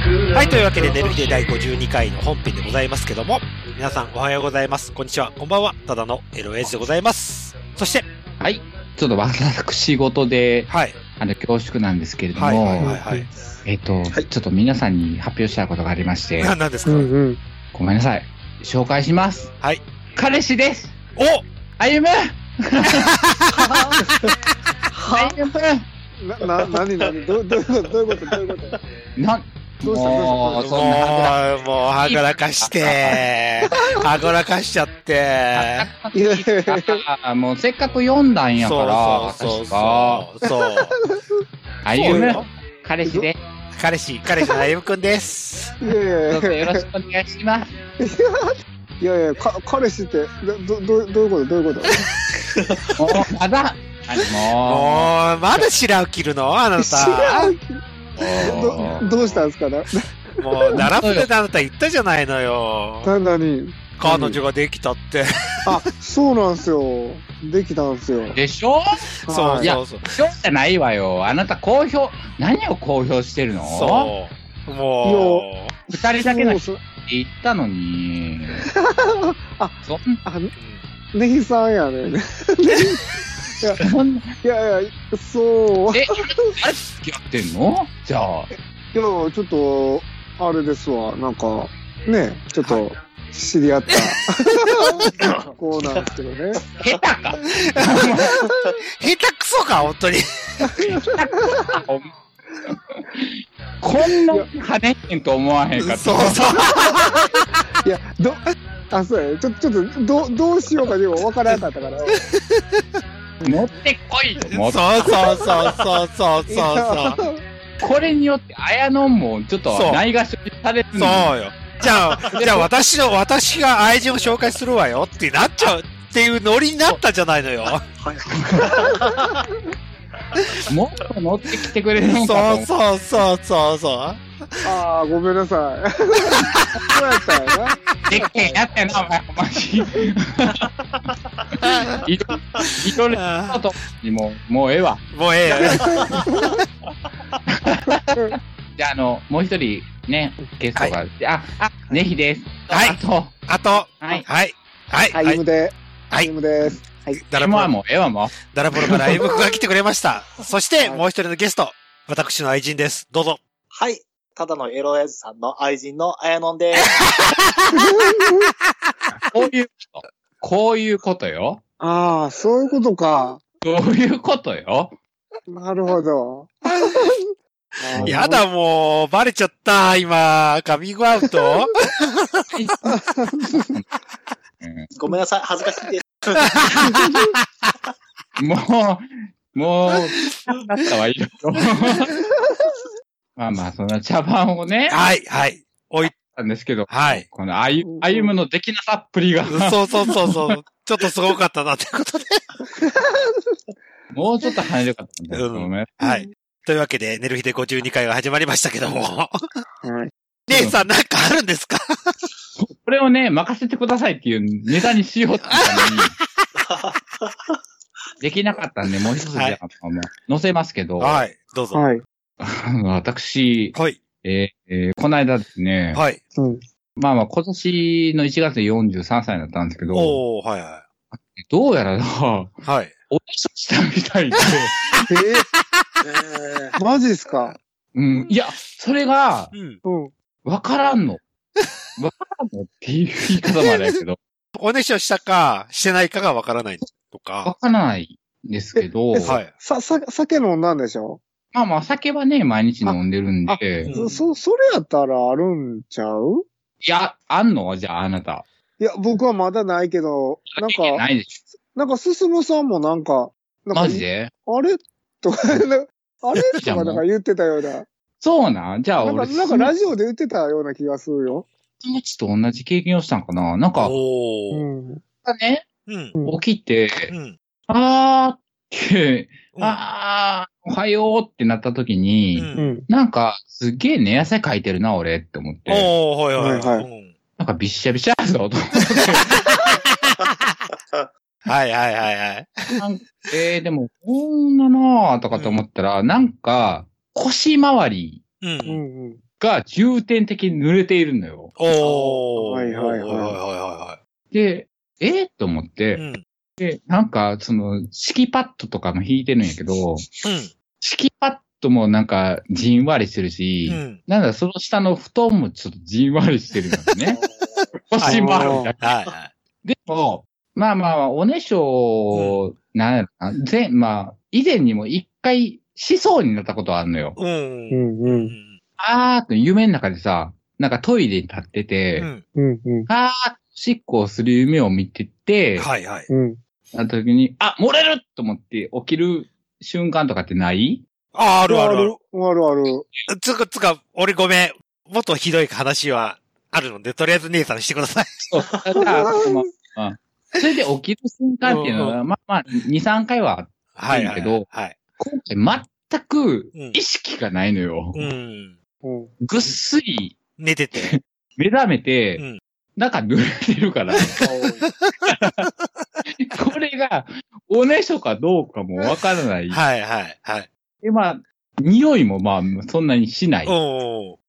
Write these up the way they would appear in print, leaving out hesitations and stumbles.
はい、というわけで、寝る日で第52回の本編でございますけども、皆さんおはようございます。こんにちは。こんばんは。ただのエロエイジでございます。そして、 はい。ちょっと私事で、 はい。 恐縮なんですけれども、 はいはいはいはい。 ちょっと皆さんに発表したいことがありまして、 何ですか？ ごめんなさい。紹介します。 はい。 彼氏です。 お歩むは歩む何どういうことどうしたもう、そんなもう、はぐらかして、はぐらかしちゃって。 もうせっかく読んだんやから、 そう。 歩む彼氏で。 彼氏の歩むくんです。 どうぞよろしくお願いします。 いや、彼氏って、どういうこともう、まだ白を切るのあなた。 どうしたんですかね。 もう、奈良プレであなた言ったじゃないのよ。 何彼女ができたって。 あ、そうなんですよ。できたんですよ。 でしょ？ そう。 いや、そうじゃないわよ。あなた何を公表してるの？ そう。もう。二人だけの人って言ったのに。 ネヒさんやね。いや、そう。 あれ付き合ってんの？じゃあ。 いや、ちょっと、あれですわ。なんか、ね、ちょっと、知り合った子なんですけどね。 下手か下手くそか、本当に。 こんなに跳ねへんと思わへんかった。 そう。 いや、そうや、ちょっと、どうしようかでもわからなかったから。 持ってこい。 そう。 これによって、綾野もちょっとないがしろにされるの。 そうよ。じゃあ私が愛人を紹介するわよってなっちゃうっていうノリになったじゃないのよ。 もっと乗ってきてくれるのかそう。 ああ、ごめんなさい。そうやったんやな。 でっけえやったよな、お前、マジ。いろいろとにもうええわ。 もうええよ。 じゃあ、もう一人、ね、ゲストが、ねひです。 はい。あと、 はい。 アイムです。 はい。ダラボロもうええわ、もう。 ダラボロからアイムクが来てくれました。そして、もう一人のゲスト、私の愛人です。どうぞ。 はい。ただのエロエイズさんの愛人のあやのんです。 こういうことよ。 ああ、そういうことか。 そういうことよ。 なるほど。 やだ、もう、バレちゃった、今、カミングアウト。 ごめんなさい、恥ずかしいです。 もう、なったわ、いろいろ。まあ、その茶番をね。 はい。 置いたんですけど。 はい。 この歩むのできなさっぷりが。 そう。ちょっとすごかったな、ってことで。 もうちょっと跳ねるかったんだよね。 はい。というわけで、寝る日で52回が始まりましたけども。 はい。 姉さん、なんかあるんですか？ これをね、任せてくださいっていうネタにしようって言ったのに。できなかったんで、もう一つじゃあ、載せますけど。 はい。どうぞ。 はい。 私、 はい。 この間ですね。 はい。 まあ、今年の1月で43歳だったんですけど。 はい。 どうやらはい。 お化粧したみたいで。 マジですか？ いや、それが、わからんのっていう言い方もあれやけど。 おねしょしたか、してないかがわからないとか。 わからないんですけど。 はい。 酒飲んだんでしょ？ まあ、酒はね、毎日飲んでるんで。 それやったらあるんちゃう？ いや、あんの？じゃあ、あなた。 いや、僕はまだないけど、 ないでしょ。 なんか、進さんもなんかマジで？ あれとか、あれとかなんか言ってたような。 そうなん？じゃあ俺。 なんかラジオで言ってたような気がするよ。 友達と同じ経験をしたんかな？なんか、ね、起きて、おはようってなった時に、なんか、すっげえ寝汗かいてるな、俺って思って。 はい。 なんかビッシャビシャやぞ、と思って。 はい。 でも、こんななぁとかと思ったら、なんか、腰回りが重点的に濡れているのよ。 おー。 はいはいはいはで、と思っい。 て、で、なんか、敷きパッドとかも引いてるんやけど、敷きパッドもなんか、じんわりしてるし、なんだ、その下の布団もちょっとじんわりしてるんだよね。腰回るだけ。 はいはい。 でも、まあ、おねしょ、なんやろな、以前にも一回、しそうになったことあるのよ。と夢の中でさ、なんかトイレに立ってて、しっこをする夢を見てて、 はいはい。 あの時に、漏れると思って起きる瞬間とかってない？ ある。 ある。 つか、俺ごめん。もっとひどい話はあるので、とりあえず姉さんしてください。 そう。それで起きる瞬間っていうのは、まあ、2、3回はあるけど、今回全く意識がないのよ。ぐっすり寝てて。 目覚めて、なんか濡れてるから。これが、おねしょかどうかもわからない。 はい。 で、匂いもそんなにしない。 こ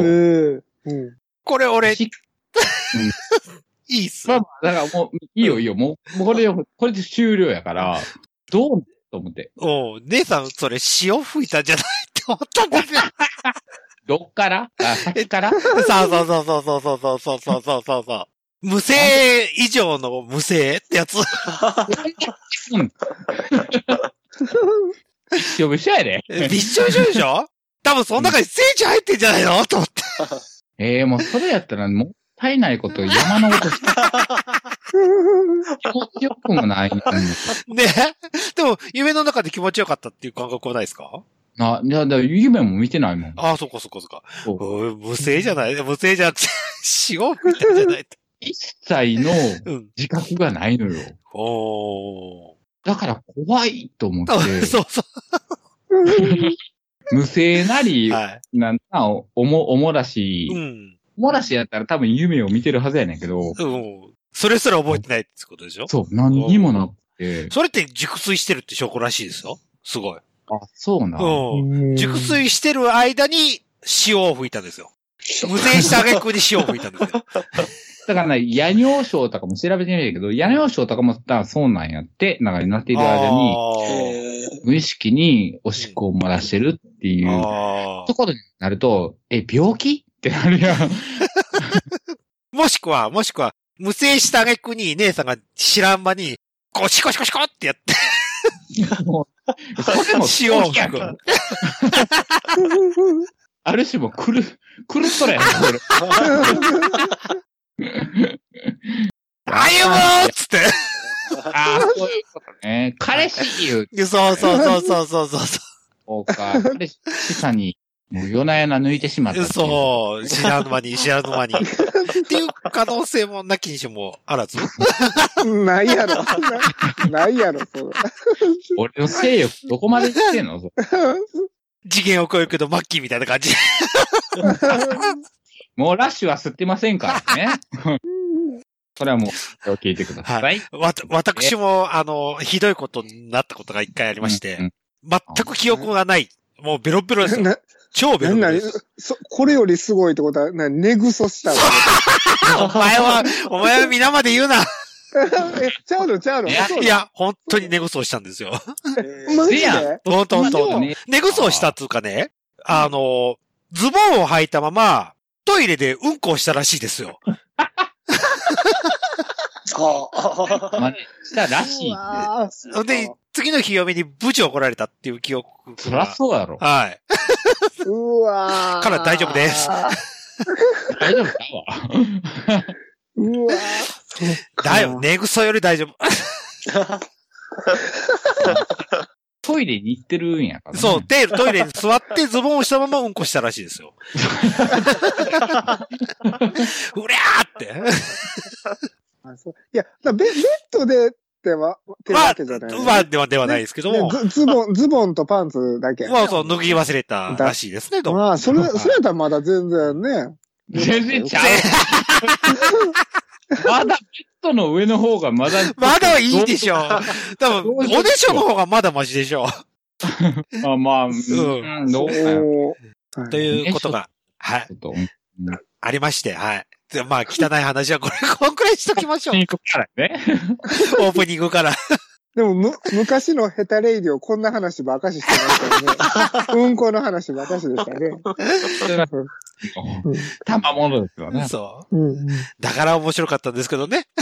れ俺、いいっす。 だからもう、いいよ。もうこれで終了やから、どうと思って。 姉さん、それ潮吹いたんじゃないって思ったんですよ。 どっから先からそう。無声以上の無声ってやつ。 びっしょびしょやで。 びっしょびしょでしょ？多分その中に聖地入ってんじゃないのと思って。 もうそれやったらもったいないこと山のことして。気持ちよくもない。 ね。でも、夢の中で気持ちよかったっていう感覚はないですか？ いや、夢も見てないもん。 そっか。無声じゃない？無声じゃなくて、潮吹いたんじゃない一切の自覚がないのよ。だから怖いと思って。 そう。 無声なり、おもらし。おもらしやったら多分夢を見てるはずやねんけど。 それすら覚えてないってことでしょ？ そう、何にもなくて。 それって熟睡してるって証拠らしいですよ。すごい。 そうな。 熟睡してる間に潮を吹いたんですよ。無声した挙句に潮を吹いたんですよ。 だからね、夜尿症とかも調べてみるけど、夜尿症とかもそうなんやって、なんかになっている間に、無意識におしっこを漏らしてるっていうところになると、病気ってなるやん。 もしくは、無声した挙句に姉さんが知らん間に、シコってやって。 もう、それも潮を吹く。 ある種も狂っとるやん、これ。 歩むーっつって。 そういうことね。彼氏言う。 そう。 そうか。彼氏さんに、もう夜な夜な抜いてしまった。 そう。知らぬ間に。っていう可能性もなきにしもあらず。 ないやろ、それ。 俺の性欲どこまで来てんの？ 次元を超えるけど、マッキーみたいな感じ。 もうラッシュは吸ってませんからね。それはもう、聞いてください。 私も、ひどいことになったことが一回ありまして、全く記憶がない。もうベロベロですよ。超ベロベロです。 これよりすごいってことは、寝ぐそしたお前は皆まで言うな。 ちゃうのいや、本当に寝ぐそしたんですよ。 マジで？ 本当。寝ぐそしたっていうかね、ズボンを履いたまま、トイレでうんこをしたらしいですよ。 したらしい。 で、次の日嫁にブチ怒られたっていう記憶が。 そらそうやろ。 はい。 うわー。 から大丈夫です。 大丈夫だわ。 うわー。寝ぐそより大丈夫。 トイレに行ってるんやから、ね。 そう、トイレに座ってズボンをしたままうんこしたらしいですよ。うりゃーって。 いや、ベッドでってわけじゃない、ね。 ではないですけども。 ズボンとパンツだけ。 そう、脱ぎ忘れたらしいですね、どうも。 それやったらまだ全然ね。 全然ちゃう。まだベッドの上の方がまだいいでしょ。多分、おねしょの方がまだマシでしょ。 どうかよ。 ということが、 はいち。ょっと、 ありまして、はい。でまあ、汚い話はこんくらいしときましょう。 行くからね。 オープニングから。 でも昔のヘタレイディオこんな話ばっかししてないからね。うんこの話ばっかしでしたね。 たまものですよね。 そうんう。だから面白かったんですけどね。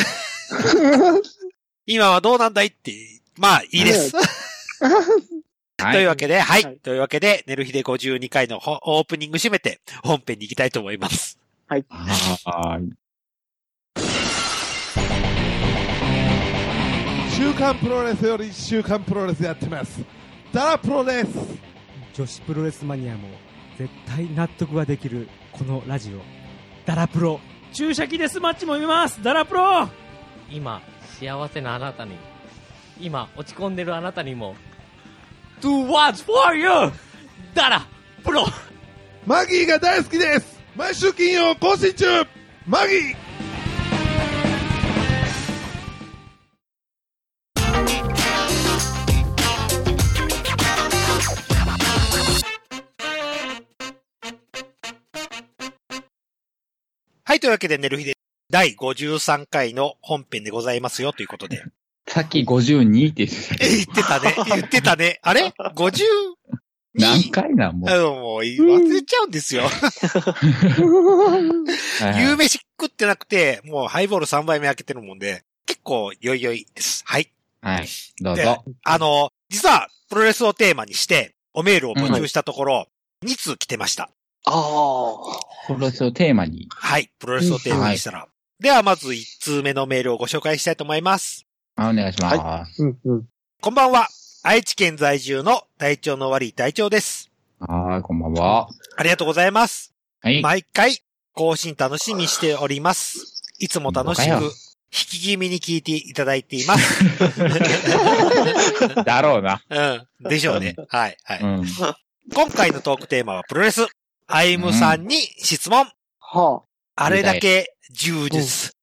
今はどうなんだいって、まあ、いいです。というわけで、はい。というわけで、寝る日で52回のオープニング締めて、本編に行きたいと思います。 はい。 はい。 週刊プロレスより週刊プロレスやってます。ダラプロです。 女子プロレスマニアも絶対納得ができるこのラジオ。ダラプロ。注射器デスマッチも見ます。ダラプロ。 今、幸せなあなたに。今、落ち込んでるあなたにも。 Do what's for you! ダラプロ。 マギーが大好きです。毎週金曜更新中。マギー。 はい、というわけで、寝る日で第53回の本編でございますよということで。 さっき52って言ってた。 言ってたね。あれ ?50? 何回なんもう。 もう忘れちゃうんですよ。夕飯食ってなくて、もうハイボール3杯目開けてるもんで、結構よいよいです。はい。 はい。どうぞ。 実は、プロレスをテーマにして、おメールを募集したところ、2通来てました。 ああ。 プロレスをテーマに。 はい。プロレスをテーマにしたら。では、まず1通目のメールをご紹介したいと思います。 お願いします。 こんばんは。愛知県在住の体調の悪い隊長です。 はい、こんばんは。 ありがとうございます。 はい。 毎回、更新楽しみにしております。いつも楽しく、引き気味に聞いていただいています。 だろうな。 うん。でしょうね。はい、はい、 うん。 今回のトークテーマはプロレス。アイムさんに質問。 はあれだけ柔術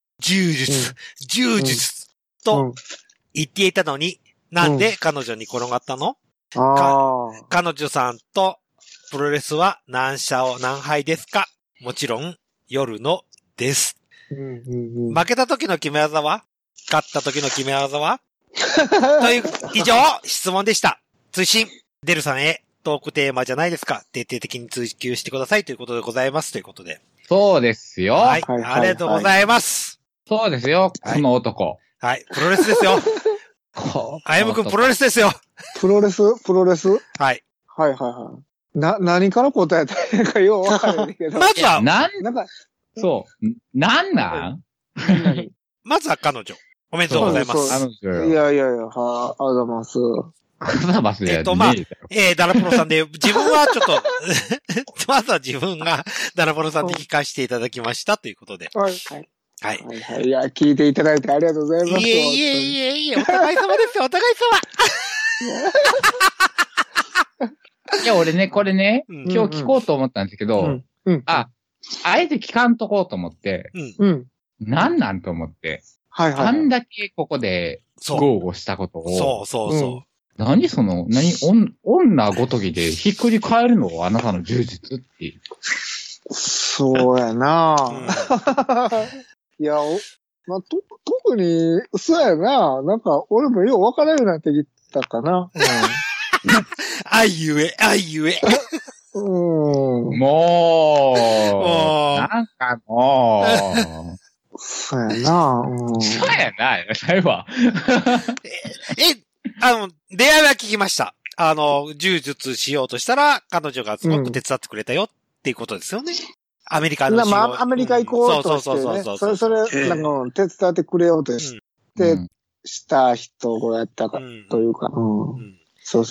と言っていたのに、なんで彼女に転がったの？彼女さんとプロレスは何敗ですか？もちろん夜のです。負けた時の決め技は？勝った時の決め技は？という、以上、質問でした。追伸、デルさんへトークテーマじゃないですか？徹底的に追求してくださいということでございます。ということで。 そうですよ。 はい。ありがとうございます。 そうですよ。この男。 はい。プロレスですよ。あやむくんプロレスですよ。 プロレスはい。 何から答えたらいいかようわからないけど。 まずは、 そう。なんまずは彼女。おめでとうございます。 いや、ありがとうございます。 ダラプロさんで、自分はちょっと、まずは自分がダラプロさんで聞かせていただきましたということで。 はい。いや、聞いていただいてありがとうございます。 いえ、お互い様ですよ、お互い様。いや、俺ね、これね、今日聞こうと思ったんですけど、あえて聞かんとこうと思って、なんと思って、あんだけここで、豪語したことを、 そう。 女ごときでひっくり返るのをあなたの充実っていう。 そうやないや、特に、そうやななんか、俺もよう分からんようになってきたかな。 あいうえ。 もう、なんかもう、 そうやなそうやな、最後は。 出会いは聞きました。柔術しようとしたら、彼女がすごく手伝ってくれたよっていうことですよね。アメリカのアメリカ行こうとしてね。それ、なんか、手伝ってくれようとして、した人をやったか、というか。そう。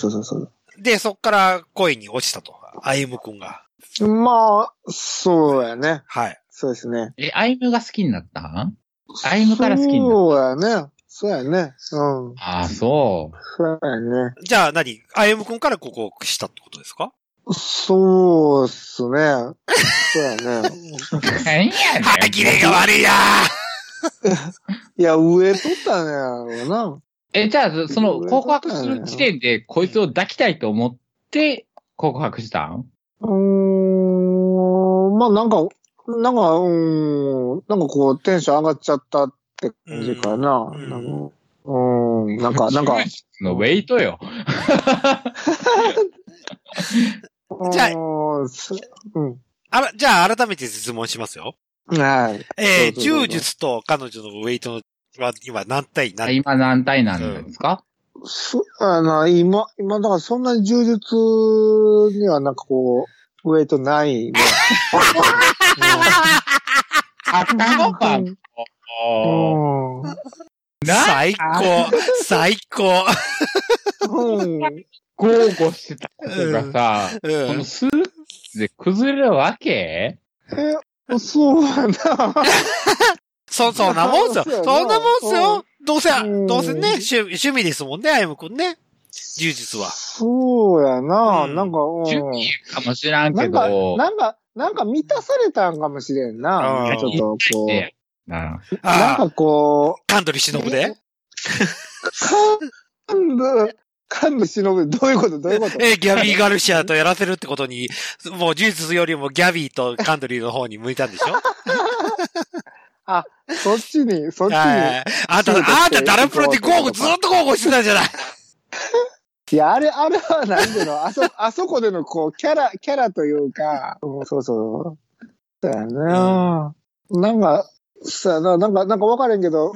で、そっから恋に落ちたと。アイムくんが。 まあ、そうやね。 はい。 そうですね。 アイムが好きになったん？アイムから好きになった？ そうやね。 ああ、そう。 そうやね。 じゃあアイムくんからここしたってことですか？ そうっすね。そうやね。 何やねん。 歯切れが悪いないや、上取ったねやろうな。 じゃあ、その、告白する時点で、こいつを抱きたいと思って、告白したん？ まあなんかこう、テンション上がっちゃったって感じかな。なんか。 のウェイトよ。 じゃあ、じゃあ改めて質問しますよ。 はい。 柔術と彼女のウェイトは今何対何？ 今何対何ですか？ 今、だからそんなに柔術にはなんかこう、ウェイトないね。 あったのか。 最高。 豪語してたことがさ、このスーツで崩れるわけ？ そうやな。 そんなもんすよ。そんなもんすよ。どうせね、趣味ですもんね、あゆむくんね。柔術は。 そうやな。なんか、 趣味かもしらんけど。 なんか満たされたんかもしれんな。ちょっとこう。なんかこう。 カンドリ忍でカンドリ忍どういうことギャビー・ガルシアとやらせるってことに、もう柔術よりもギャビーとカンドリーの方に向いたんでしょ？ あ、そっちに。 あんたダラプロでずっと豪語してたじゃない。 いや、あれはなんでの、あそこでのこう、キャラというか、そう。そうやな。なんか分からんけど、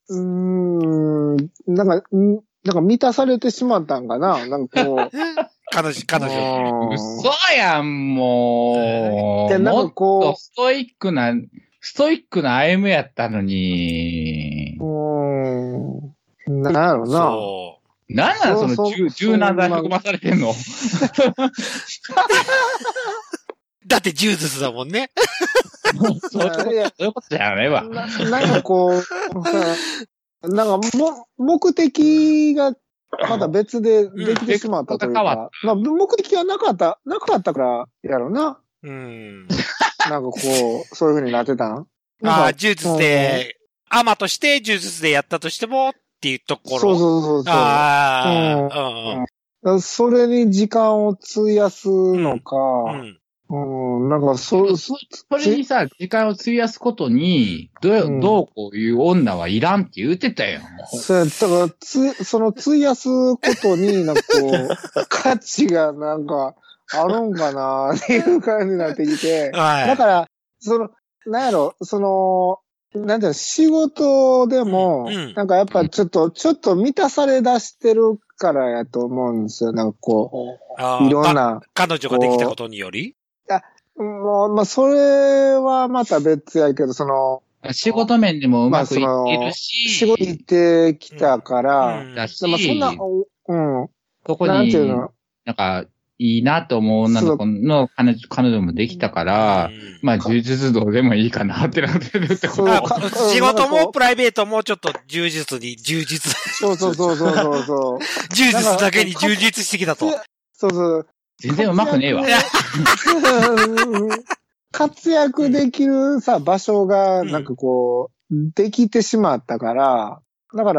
なんか満たされてしまったんかななんかこう。 彼女。 嘘やん、もう。で、なんかこう。もっとストイックな歩むやったのに。 なんやろな。 そう。なんなんその柔軟剤含まされてんのだって柔術だもんね。 そういうことじゃねえわ。 なんかこう、なんか目的がまた別でできてしまったというか、目的がなかったからやろな。なんかこう、そういう風になってたん？ 柔術で、アマとして柔術でやったとしてもっていうところ。 そう。それに時間を費やすのか、なんかそれにさ、時間を費やすことに、どうこういう女はいらんって言ってたよ。 そうだから、その費やすことに、なんかこう、価値がなんか、あるんかなっていう感じになってきて。だから、なんやろ、なんていうの、仕事でも、なんかやっぱちょっと満たされ出してるからやと思うんですよ。なんかこう、いろんな。 彼女ができたことにより？ まあ、それはまた別やけど、 仕事面でもうまくいってるし、 仕事行ってきたから、 だし、 そんな、 そこに、なんていうの、なんか、いいなと思う女の子の彼女もできたから、まあ、柔術道でもいいかなってなってるってこと。 仕事もプライベートもちょっと柔術に充実。 そう。 柔術だけに充実してきたと。 そう。 全然うまくねえわ。 活躍できるさ、場所が、なんかこう、できてしまったから、だから、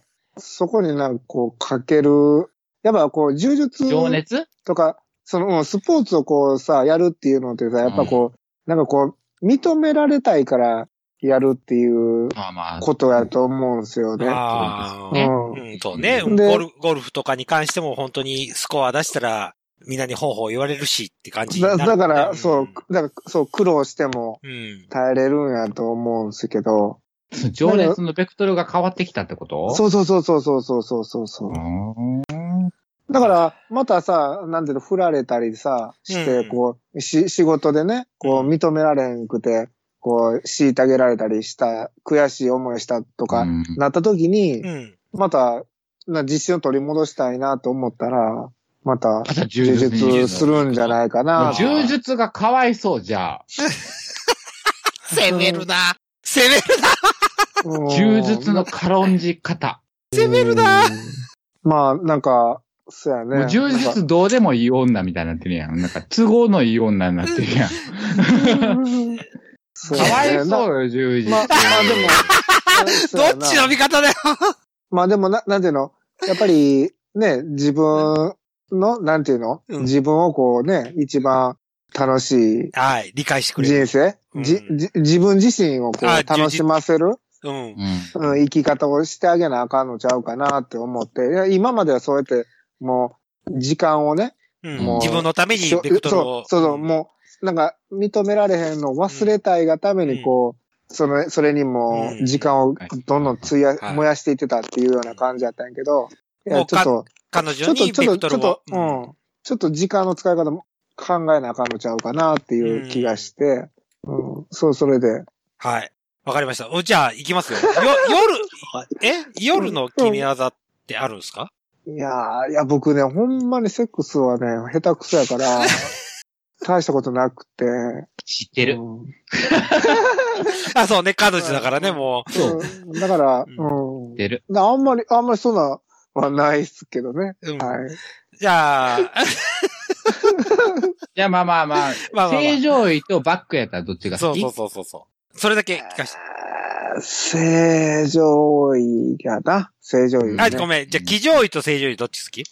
そこになんかこう、かける、やっぱこう、柔術情熱とか、スポーツをこうさ、やるっていうのってさ、やっぱこう、なんかこう、認められたいからやるっていうことやと思うんですよね。 そうね。ゴルフとかに関しても本当にスコア出したら、みんなにほうほう言われるしって感じになる、ね。 だから、苦労しても耐えれるんやと思うんですけど。 情熱のベクトルが変わってきたってこと？ そう。だから、またさ、なんていうの、振られたりさ、して、こう、仕事でね、こう、認められんくて、こう、虐げられたりした、悔しい思いしたとか、なった時に、また、自信を取り戻したいなと思ったら、また、柔術するんじゃないかな。 柔術がかわいそう、じゃあ。 攻めるな。 柔術の軽んじ方。 攻めるな。 まあ、なんか、そうやね。 柔術どうでもいい女みたいになってるやん。なんか都合のいい女になってるやん。かわいそうよ、柔術。 まあでも。どっちの味方だよ。 まあでもなんていうの？やっぱり、ね、自分の、なんていうの？自分をこうね、一番楽しい。 はい。理解してくれる。 人生、自分自身をこう、楽しませる。生き方をしてあげなあかんのちゃうかなって思って。今まではそうやって、もう、時間をね。 もう自分のためにベクトルを。 そう、もう、なんか、認められへんのを忘れたいがために、こう、それにも、時間をどんどん燃やしていってたっていうような感じだったんやけど、いや、ちょっと、 彼女にベクトルを。 ちょっと時間の使い方も考えなあかんのちゃうかなっていう気がして、それで。 はい。わかりました。じゃあ、行きますよ。夜の決め技ってあるんですか？ いや、僕ね、ほんまにセックスはね、下手くそやから、大したことなくて。 知ってる。 そうね、彼女だからね、もう。 そう。だから、知ってる。あんまりそんなはないっすけどね。はい。 じゃあ、 じゃあまあ、正常位とバックやったらどっちが好き？ そう。それだけ聞かせて。 正常位やな。正常位、ね。 ごめん。じゃあ、騎乗位と正常位どっち好き？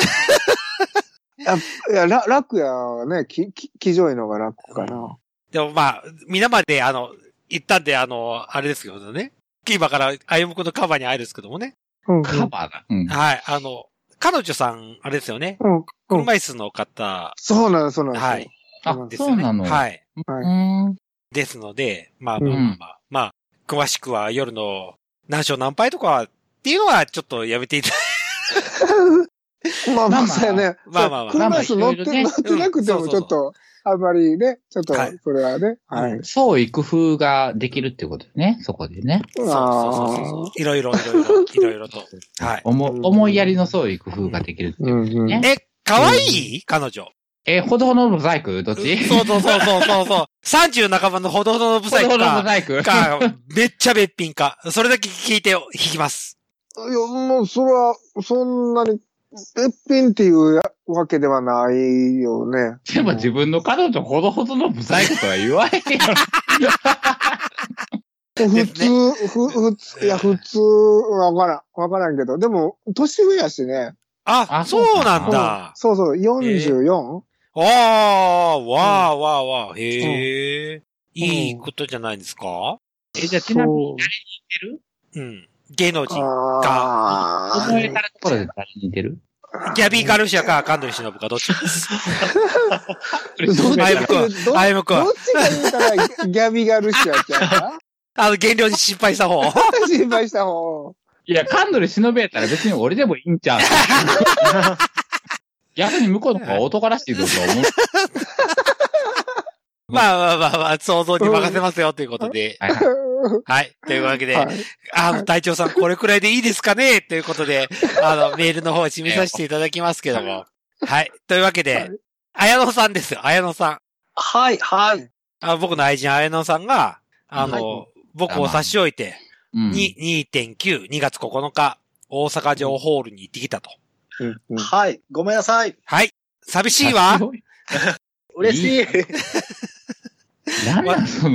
いや、楽やね。騎乗位の方が楽かな。 でも皆まで言ったんで、あれですけどね。今から歩むことカバーに会えるんですけどもね。 カバーだ。 はい。彼女さん、あれですよね。車椅子の方。 そうなんです。 はい。 そうなの。 はい。ですので、詳しくは夜の何勝何敗とかっていうのはちょっとやめていただいて。 そうやね。車椅子乗ってなくてもちょっと、あんまりね、ちょっと、それはね。はい。 創意工夫ができるっていうことね、そこでね。 そう。いろいろと。はい。 思いやりの創意工夫ができるっていうことね。 かわいい彼女。 ほどほどのブサイクどっち？ そう。30半ばのほどほどのブサイクか。ほどほどのブサイクか、めっちゃべっぴんか。それだけ聞いて弾きます。 いや、もう、それは、そんなに、べっぴんっていうわけではないよね。 でも自分の彼女ほどほどのブサイクとは言わへんやろ。 普通、わからんけど。でも、年上やしね。 そうなんだ。 そう、44？ わー。へえ。いいことじゃないですか？ じゃあちなみに誰に似てる？ 芸能人か。 覚えたところで誰に似てる？ ギャビー・ガルシアか神取忍かどっちですあやむくん。どっちが言うたらギャビー・ガルシアちゃう減量に心配した方。 心配した方。 いや、神取忍やったら別に俺でもいいんちゃう。逆に向こうの方が男らしいぞと思う。 想像に任せますよということで。はい。というわけで、隊長さんこれくらいでいいですかねということで、メールの方を締めさせていただきますけども。はい。というわけで、綾野さんですよ、綾野さん。 はい。 僕の愛人綾野さんが、僕を差し置いて、2.9、2月9日、大阪城ホールに行ってきたと。 はい。ごめんなさい。 はい。寂しいわ。 嬉しい。 何だその。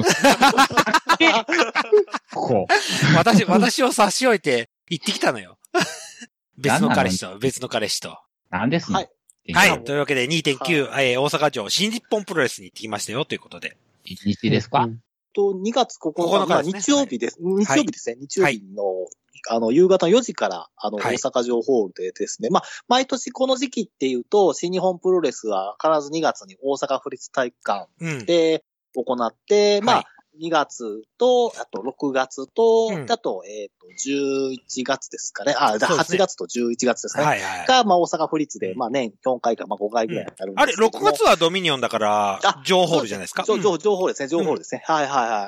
私を差し置いて行ってきたのよ。別の彼氏と。 何ですの？ はい。というわけで2.9、大阪城新日本プロレスに行ってきましたよということで。 日ですか ？2月9日、日曜日です。日曜日ですね。日曜日の、夕方の4時から、大阪城ホールでですね。毎年この時期っていうと、新日本プロレスは必ず2月に大阪府立体育館で行って、2月と、あと6月と、あと、11月ですかね。8月と11月ですね。が、大阪府立で、年4回か5回ぐらいやるんですけど。 あれ、6月はドミニオンだから、城ホールじゃないですか？ 城ホールですね、城ホールですね。はい。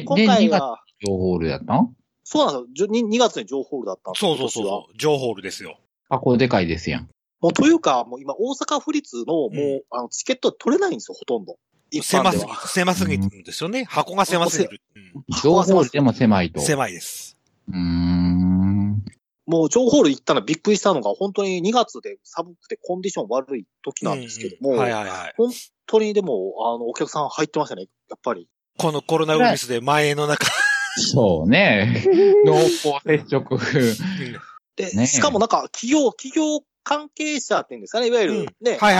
今回は、城ホールやったの？ そうなんですよ。2月に城ホールだったんですよ。 そう。城ホールですよ。 これでかいですやん。 もうというか、もう今、大阪府立の、チケット取れないんですよ、ほとんど。 狭すぎるんですよね。箱が狭すぎる。 城ホールでも狭いと。 狭いです。 もう、城ホール行ったらびっくりしたのが、本当に2月で寒くてコンディション悪い時なんですけども、本当にでも、お客さん入ってましたね、やっぱり。 このコロナウイルスで前の中。 そうね。濃厚接触。 で、しかもなんか、企業関係者っていうんですかね、いわゆるね、 はい。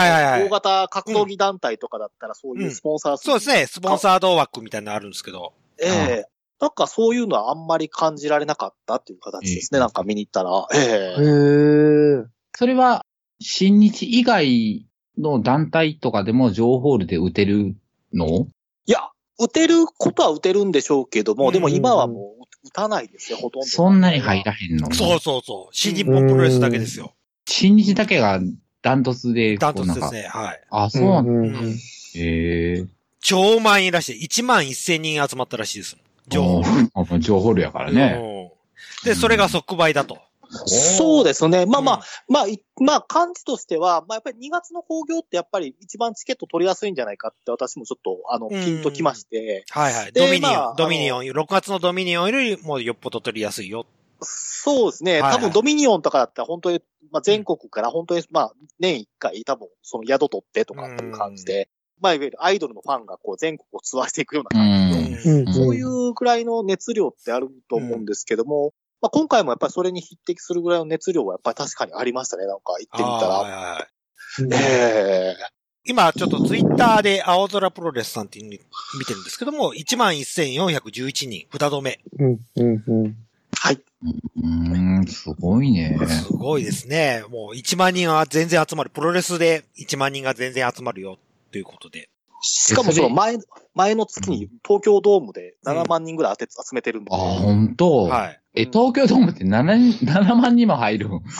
大型格闘技団体とかだったらそういうスポンサー、 そうですね、スポンサード枠みたいなのあるんですけど。 なんかそういうのはあんまり感じられなかったっていう形ですね、なんか見に行ったら。 それは、新日以外の団体とかでも情報で打てるの？ いや、打てることは打てるんでしょうけども、でも今はもう打たないですよ、ほとんど。 そんなに入らへんの？ そう。新日本プロレスだけですよ。 新日だけがダントツで。 ダントツですね、はい。 あ、そうなんだ。 超満員らしい。11000人集まったらしいです。 情報量やからね。 で、それが即売だと。 そうですね。まあ、感じとしては、やっぱり2月の興行ってやっぱり一番チケット取りやすいんじゃないかって私もちょっと、ピンときまして。 はい。ドミニオン、6月のドミニオンよりもよっぽど取りやすいよ。 そうですね。多分ドミニオンとかだったら本当に、全国から本当に、年1回多分その宿取ってとかっていう感じで、いわゆるアイドルのファンがこう全国をツアーしていくような感じの、そういうくらいの熱量ってあると思うんですけども、今回もやっぱりそれに匹敵するぐらいの熱量はやっぱり確かにありましたね。なんか行ってみたら。 今ちょっとツイッターで青空プロレスさんっていうの見てるんですけども、11,411人、札止め。 はい。 すごいね。 すごいですね。もう1万人は全然集まる。プロレスで1万人が全然集まるよということで。 しかもその前の月に東京ドームで7万人ぐらい集めてるんで。 本当？ はい。 東京ドームって7万人も入る？違います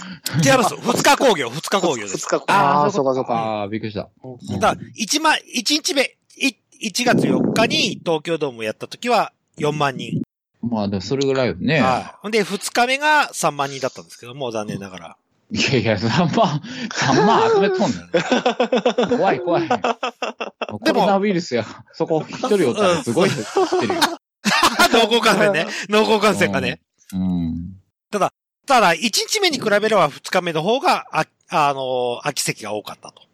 。2日興行です。 そうか。 びっくりした。 だ1日目、1月4日に東京ドームやった時は4万人。 でもそれぐらいよね。 はい。で、2日目が3万人だったんですけども、残念ながら。 いや、3万集めとんねん。怖い。コロナウイルスや。そこ一人おったらすごい人知ってるよ。 濃厚感染がね。ただ、1日目に比べれば2日目の方が、空き席が多かったと。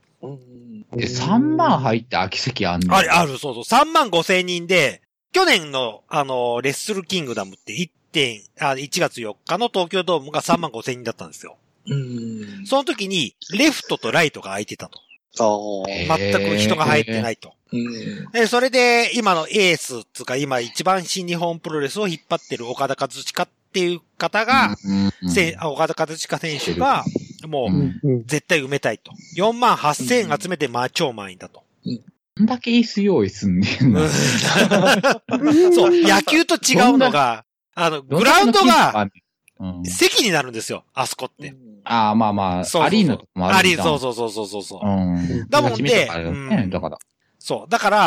3万入って空き席あんの？ ある、そう。3万5千人で、去年の、レッスルキングダムって1月4日の東京ドームが3万5千人だったんですよ。その時に、レフトとライトが空いてたと。全く人が入ってないと。で、それで、今のエースつうか、今一番新日本プロレスを引っ張ってる岡田和親っていう方が、岡田和親選手が、もう、絶対埋めたいと。4万8000集めて、超満員だと。 どんだけ椅子用意すんねんな。 そう、野球と違うのが、グラウンドが、席になるんですよ、あそこって。 アリーナとかもあるじゃん。 そう。だもんで、そう。だから、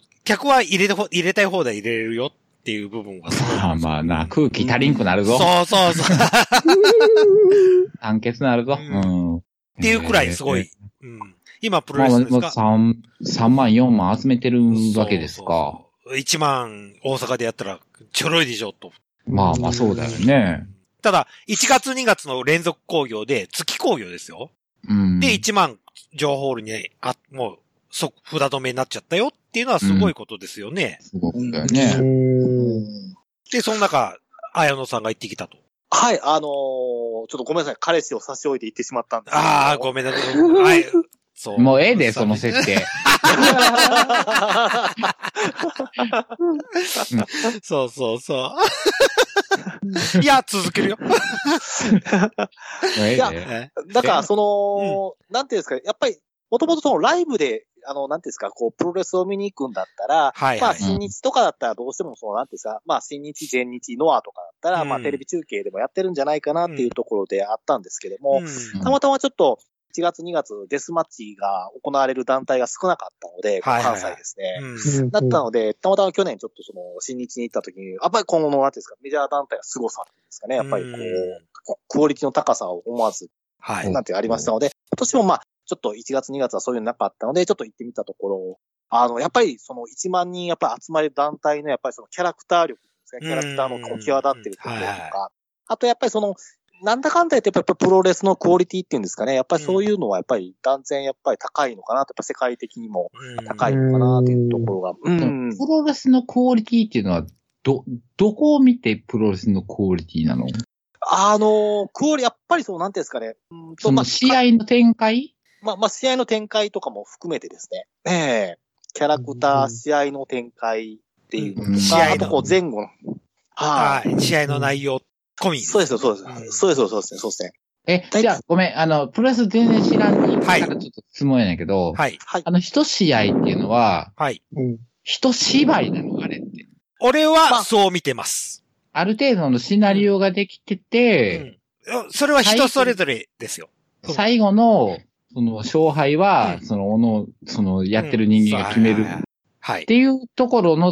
客は入れたい放題入れれるよっていう部分がすごい。 空気足りんくなるぞ。 そう。 酸欠なるぞ。 っていうくらいすごい。今、プロレスですか ？3万、4万集めてるわけですか。 1万、大阪でやったら、ちょろいでしょ、と。 そうだよね。 ただ、1月2月の連続興行で、月興行ですよ。で、1万、情報ホールに、もう、札止めになっちゃったよっていうのはすごいことですよね。 すごいだよね。 で、その中、綾野さんが行ってきたと。 はい、ちょっとごめんなさい。彼氏を差し置いて行ってしまったんです。 ごめんなさい。はい。 そう。もうで、その設定。 そう。いや、続けるよ。 いや、だから、なんていうんですか、やっぱり、もともとそのライブで、なんていうんですか、こう、プロレスを見に行くんだったら、新日とかだったらどうしてもなんていうんですか、新日、全日、ノアとかだったら、テレビ中継でもやってるんじゃないかなっていうところであったんですけども、たまたまちょっと、1月2月デスマッチが行われる団体が少なかったので、関西ですね。だったので、たまたま去年ちょっと新日に行った時に、やっぱり今後の、なんていうんですか、メジャー団体の凄さっていうんですかね、やっぱりこう、クオリティの高さを思わず、なんてありましたので、今年もちょっと1月2月はそういうのなかったので、ちょっと行ってみたところ、やっぱり1万人やっぱり集まる団体のやっぱりキャラクター力ですね、キャラクターの際立ってるところとか、あとやっぱりなんだかんだ言ってやっぱりプロレスのクオリティっていうんですかね。やっぱりそういうのはやっぱり断然やっぱり高いのかなと。やっぱ世界的にも高いのかなというところが。 プロレスのクオリティっていうのは、どこを見てプロレスのクオリティなの？ やっぱりそう、なんていうんですかね。 その試合の展開？ 試合の展開とかも含めてですね。キャラクター、試合の展開っていうのとか、あとこう前後の。 はい。試合の内容込み。 そうです、そうです。そうですね。 じゃあ、ごめん、プロレス全然知らんにからちょっと質問やねんけど、 はい。 一試合っていうのは、 はい。 一芝居なのあれって。 俺はそう見てます。 ある程度のシナリオができてて、 それは人それぞれですよ。 最後の、その勝敗は、そのやってる人間が決める。 はい。 っていうところの、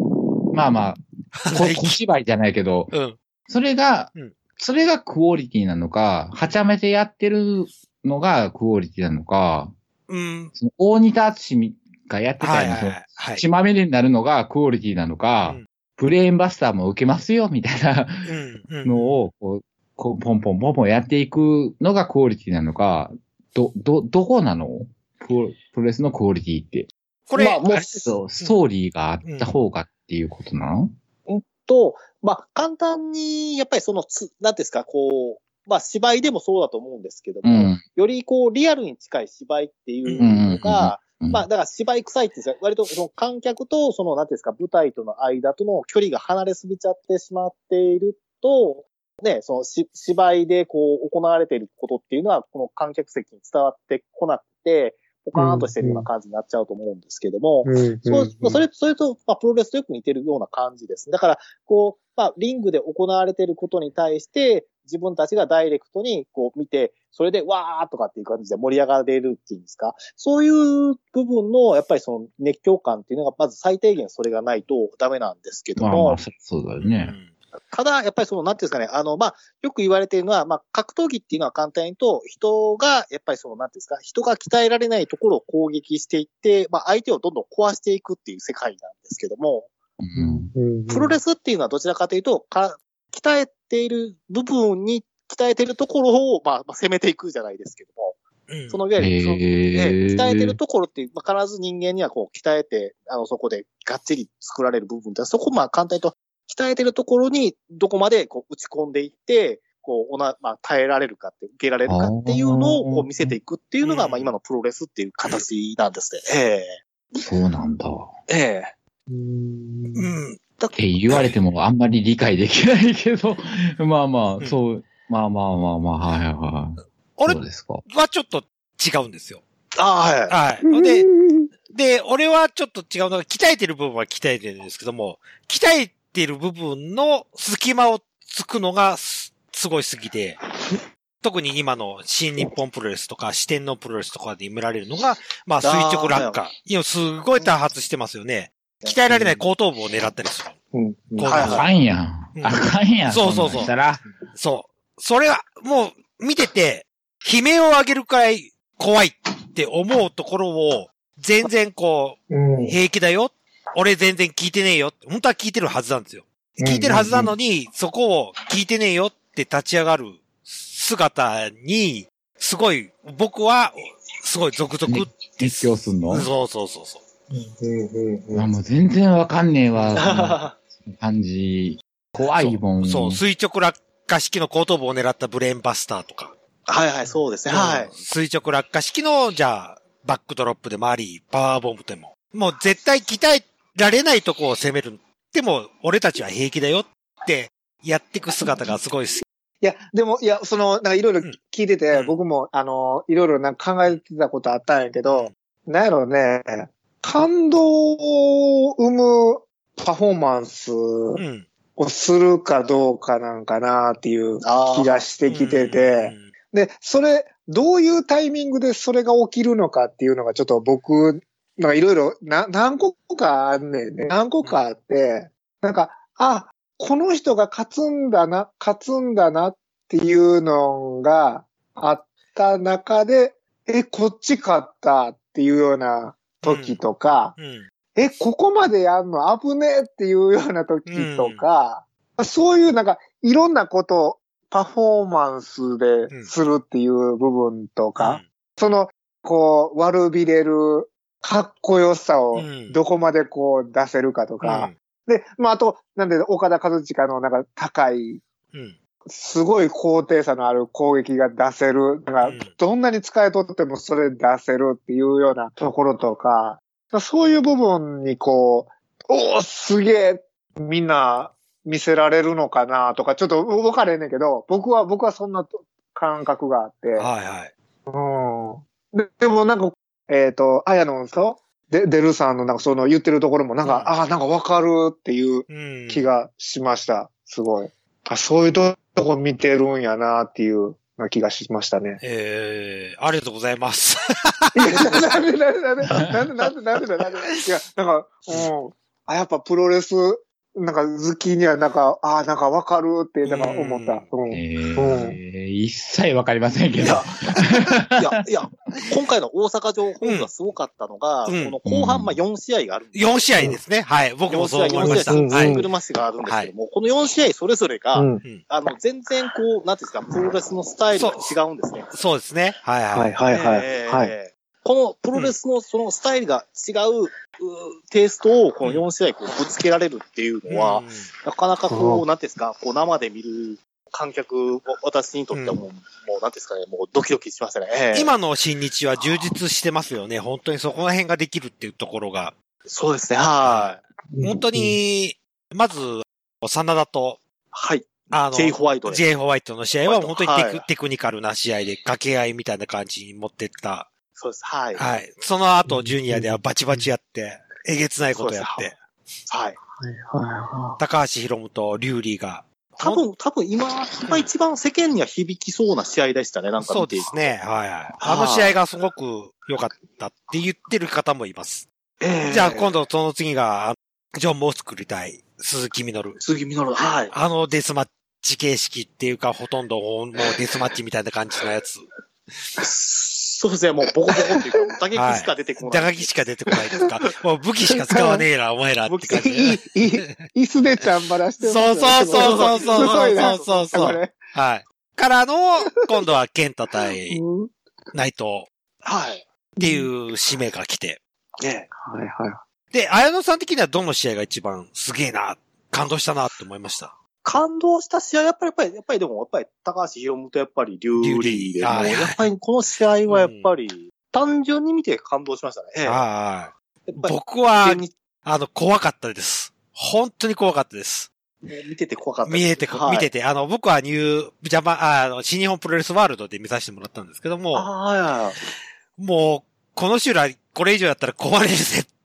小芝居じゃないけど、それがクオリティなのか、はちゃめてやってるのがクオリティなのか、その大仁田敦がやってたような、血まみれになるのがクオリティなのか、ブレーンバスターも受けますよ、みたいなのを、ポンポンポンポンやっていくのがクオリティなのか、どこなの？プロレスのクオリティって。 これ、 ストーリーがあった方がっていうことなの？ 簡単に、やっぱりなんですか、芝居でもそうだと思うんですけども、よりリアルに近い芝居っていうのが、だから芝居臭いって言うんですか、割とその観客となんていうんですか、舞台との間との距離が離れすぎちゃってしまっていると、ね、芝居で行われていることっていうのは、この観客席に伝わってこなくて、ポカーンとしてるような感じになっちゃうと思うんですけども、それと、プロレスとよく似てるような感じです。だから、リングで行われていることに対して、自分たちがダイレクトに見て、それでわーとかっていう感じで盛り上がれるっていうんですか。そういう部分の、やっぱり熱狂感っていうのが、まず最低限それがないとダメなんですけども。 そうだよね。 ただ、やっぱりなんていうんですかね、よく言われているのは、格闘技っていうのは簡単に言うと、人が、やっぱりなんていうんですか、人が鍛えられないところを攻撃していって、相手をどんどん壊していくっていう世界なんですけども、プロレスっていうのはどちらかというと、鍛えている部分に、鍛えているところを、攻めていくじゃないですけども、そのいわゆる、鍛えてるところっていう、必ず人間には鍛えて、そこでがっちり作られる部分って、そこ簡単に言うと、鍛えてるところにどこまで打ち込んでいって、耐えられるか受けられるかっていうのを見せていくっていうのが、今のプロレスっていう形なんですね。 そうなんだ。 って言われてもあんまり理解できないけど、そう、はい。 俺はちょっと違うんですよ。 はい。 で、俺はちょっと違うのが、鍛えてる部分は鍛えてるんですけども、鍛えてる部分の隙間をつくのがすごい好きで、特に今の新日本プロレスとか四天王プロレスとかで見られるのが、垂直落下。今すごい多発してますよね。鍛えられない後頭部を狙ったりする。 あかんやん。 そう。そう。それは、もう、見てて、悲鳴を上げるくらい怖いって思うところを、全然平気だよ。俺全然聞いてねえよ。本当は聞いてるはずなんですよ。聞いてるはずなのに、そこを聞いてねえよって立ち上がる姿に、すごい、僕は、すごいゾクゾクって。 熱狂すんの？ そう。 もう全然わかんねえわ。感じ。怖いもん。 そう、垂直落下式の後頭部を狙ったブレーンバスターとか。 はい、そうですね。はい。 垂直落下式の、じゃあ、バックドロップでもあり、パワーボムでも。もう絶対鍛えられないとこを攻める。でも、俺たちは平気だよってやっていく姿がすごい好き。 いや、でも、なんかいろいろ聞いてて、僕も、いろいろ考えてたことあったんやけど、なんやろうね、感動を生むパフォーマンスをするかどうかなんかなっていう気がしてきてて、で、どういうタイミングでそれが起きるのかっていうのがちょっと僕、なんかいろいろ何個かあんねんね。何個かあって、なんか、この人が勝つんだなっていうのがあった中で、こっち勝ったっていうような時とか、ここまでやんの危ねえっていうような時とか、そういうなんかいろんなことをパフォーマンスでするっていう部分とか、悪びれるかっこよさをどこまで出せるかとか、で、あと、なんで岡田和親のなんか高いすごい高低差のある攻撃が出せる。なんかどんなに使い取ってもそれ出せるっていうようなところとか、そういう部分にこう、おーすげえみんな見せられるのかなとか、ちょっと分かれんねんけど、僕はそんな感覚があって。 はいはい。 でもなんか、綾野とデルさんのなんかその言ってるところもなんか、なんか分かるっていう気がしました。すごい。そういうとこ見てるんやなっていう気がしましたね。 ありがとうございます。 いや、なんでいや、なんか、やっぱプロレス、なんか好きにはなんか、なんかわかるって、なんか思った。 一切わかりませんけど。 いや、今回の大阪城ホールがすごかったのが、この後半4試合があるんです 4試合ですね。はい。僕もそう思いました。 シングルマッシュがあるんですけども、この4試合それぞれが、全然こう、なんていうんですか、プロレスのスタイルが違うんですね。 そうですね。はい。 このプロレスのそのスタイルが違うテイストをこの4試合こうぶつけられるっていうのは、なかなかこう、なんていうんですか、こう生で見る観客、私にとってはもうなんていうんですかね、もうドキドキしましたね。 今の新日は充実してますよね。本当にそこら辺ができるっていうところが。 そうですね、はい。 本当に、まず、真田と、 はい。J ホワイトで。 J ホワイトの試合は本当にテクニカルな試合で掛け合いみたいな感じに持ってった。 そうです。はい。 はい。その後、ジュニアではバチバチやって、えげつないことやって。 はい。 高橋宏夢とリュウリーが。 多分今一番世間には響きそうな試合でしたね、なんか見ていて。 そうですね。はい。あの試合がすごく良かったって言ってる方もいます。じゃあ今度その次が、ジョン・モー作りたい。鈴木みのる。 はい。 デスマッチ形式っていうか、ほとんどもうデスマッチみたいな感じのやつ。 そうですね、もうボコボコっていうか、打撃しか出てこない。 打撃しか出てこないですか。もう武器しか使わねえな、お前らって感じ。 椅子でチャンバラしてますそう。はい。からの、今度はケンタ対内藤。 はい。 っていう使命が来て。 はい。 で、綾野さん的にはどの試合が一番すげえな、感動したなって思いました？ 感動した試合、やっぱり高橋宏夢とやっぱりリュウリーでも、やっぱりこの試合はやっぱり、単純に見て感動しましたね。 僕は、怖かったです。本当に怖かったです。 見てて怖かったです。見てて、僕は新日本プロレスワールドで見させてもらったんですけども、もう、この修羅、これ以上やったら壊れるぜって。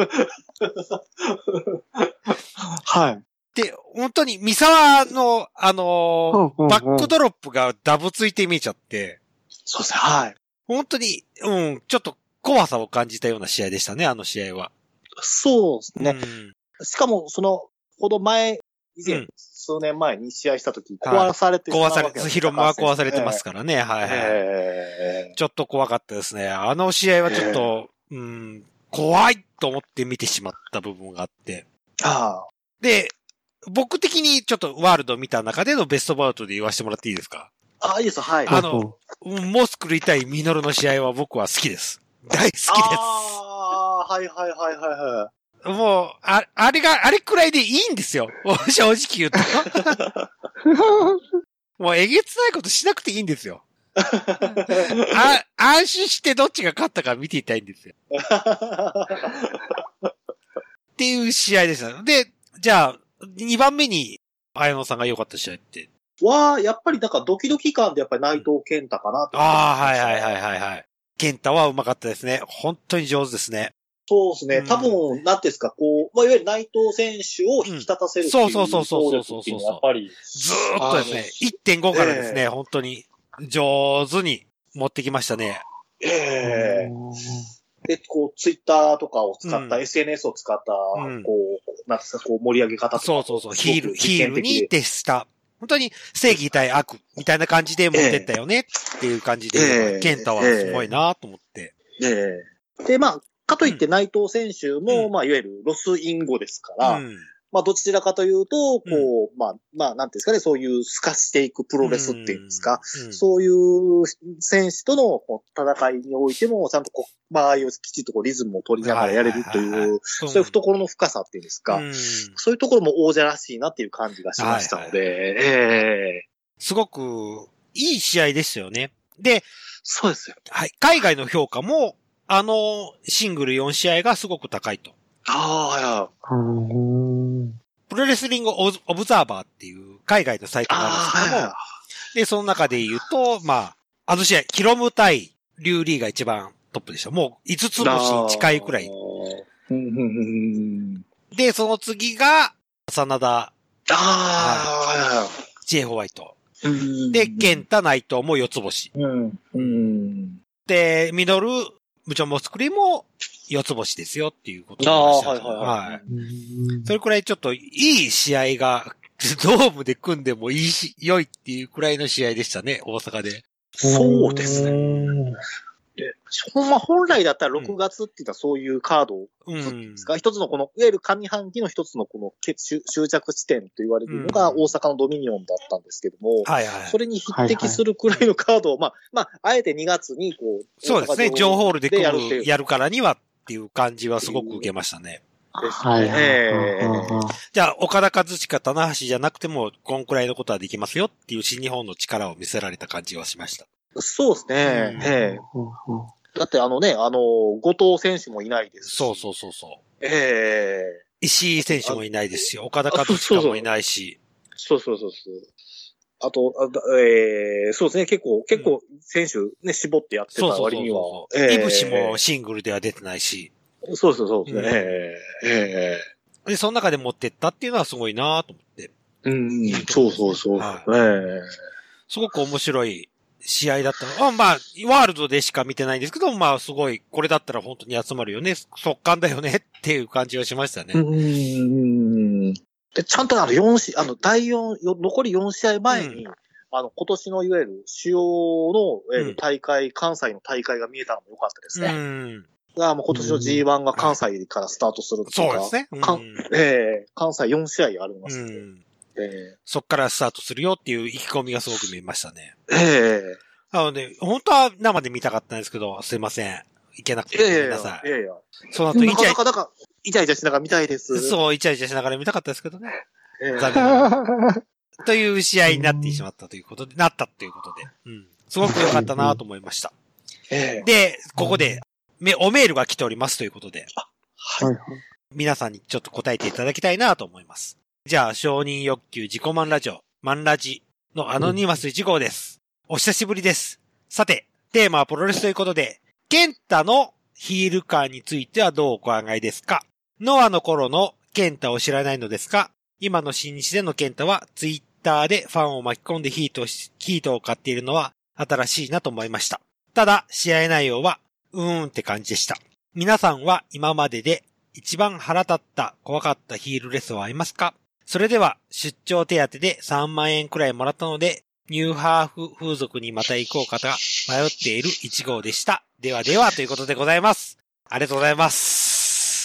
はい。 で、本当に、三沢の、バックドロップがダブついて見えちゃって。 そうですね、はい。 本当に、ちょっと怖さを感じたような試合でしたね、あの試合は。 そうですね。しかも、以前、数年前に試合した時、壊されてしまうわけです。 ヒロムは壊されてますからね、はい。ちょっと怖かったですね。あの試合はちょっと、怖いと思って見てしまった部分があって。で、僕的にちょっとワールド見た中でのベストバウトで言わせてもらっていいですか？ いいです、はい。 モスクル対ミノルの試合は僕は好きです。大好きです。 はい。 もう、あれくらいでいいんですよ。正直言うと。もうえげつないことしなくていいんですよ。安心してどっちが勝ったか見ていたいんですよ。っていう試合でした。で、じゃあ、2番目に、綾野さんが良かった試合って。 やっぱりドキドキ感でやっぱり内藤健太かなと。 はい。健太はうまかったですね。本当に上手ですね。 そうですね。多分、なんていうんですか、いわゆる内藤選手を引き立たせるっていう。 そう。 やっぱり。 ずーっとですね、1.5 からですね、本当に上手に持ってきましたね。 で、ツイッターとかを使った、SNS を使った、盛り上げ方とか。 そう。ヒールに徹した。本当に正義対悪みたいな感じで持ってったよねっていう感じで、健太はすごいなと思って。 で、かといって内藤選手も、いわゆるロスインゴですから、 まあ、どちらかというと、なんていうんですかね、そういう透かしていくプロレスっていうんですか、そういう選手との戦いにおいても、ちゃんと間合いをきちっとリズムを取りながらやれるという、そういう懐の深さっていうんですか、そういうところも王者らしいなっていう感じがしましたので、 すごくいい試合ですよね。で、 そうですよ。 はい。海外の評価も、シングル4試合がすごく高いと。プロレスリングオブザーバーっていう海外のサイトがあるんですけども、で、その中で言うと、まあ、試合、ヒロム対リュウリーが一番トップでした。もう5つ星に近いくらい。で、その次が、真田、ジェイ・ホワイト。で、ケンタ・ナイトも4つ星。で、ミドル、ムチョモスクリも4つ星ですよっていうことでした。はい。それくらいちょっといい試合が、ドームで組んでも良いっていうくらいの試合でしたね、大阪で。 そうですね。本来だったら6月って言ったらそういうカードですか、一つのいわゆる上半期の一つの終着地点と言われるのが大阪のドミニオンだったんですけども、それに匹敵するくらいのカードを、あえて2月にそうですね、ジョンホールでやるからにはっていう感じはすごく受けましたね。じゃあ、岡田和親、棚橋じゃなくても、こんくらいのことはできますよっていう新日本の力を見せられた感じはしました。 そうですね。だって後藤選手もいないですし。 そう。石井選手もいないですし、岡田和親もいないし。 そう。あと、そうですね、結構選手ね、絞ってやってた割には。 イブシもシングルでは出てないし。 そうですね。 で、その中で持ってったっていうのはすごいなと思って。 そう。 すごく面白い試合だったの。ワールドでしか見てないんですけど、すごい、これだったら本当に集まるよね。速乾だよねっていう感じはしましたね。 で、ちゃんと残り4試合前に、今年のいわゆる主要の、大会、関西の大会が見えたのも良かったですね。今年の G1 が関西からスタートするっていうか、 そうですね。 関西4試合ありますので、そっからスタートするよっていう意気込みがすごく見えましたね。なので、本当は生で見たかったんですけど、すいません。行けなくてごめんなさい。その後、イチャイチャしながら見たいです。 そう、イチャイチャしながら見たかったですけどね。残念。という試合になってしまったということで、すごく良かったなと思いました。で、ここで、おメールが来ておりますということで。皆さんにちょっと答えていただきたいなと思います。じゃあ、承認欲求自己満ラジオ、マンラジのアノニマス1号です。お久しぶりです。さて、テーマはプロレスということで、ケンタのヒール感についてはどうお考えですか？ノアの頃のケンタを知らないのですが、今の新日でのケンタはツイッターでファンを巻き込んでヒートを買っているのは新しいなと思いました。ただ、試合内容は、って感じでした。皆さんは今までで一番腹立った怖かったヒールレスはありますか？それでは出張手当で3万円くらいもらったのでニューハーフ風俗にまた行こうかと迷っている1号でした。ではではということでございます。ありがとうございます。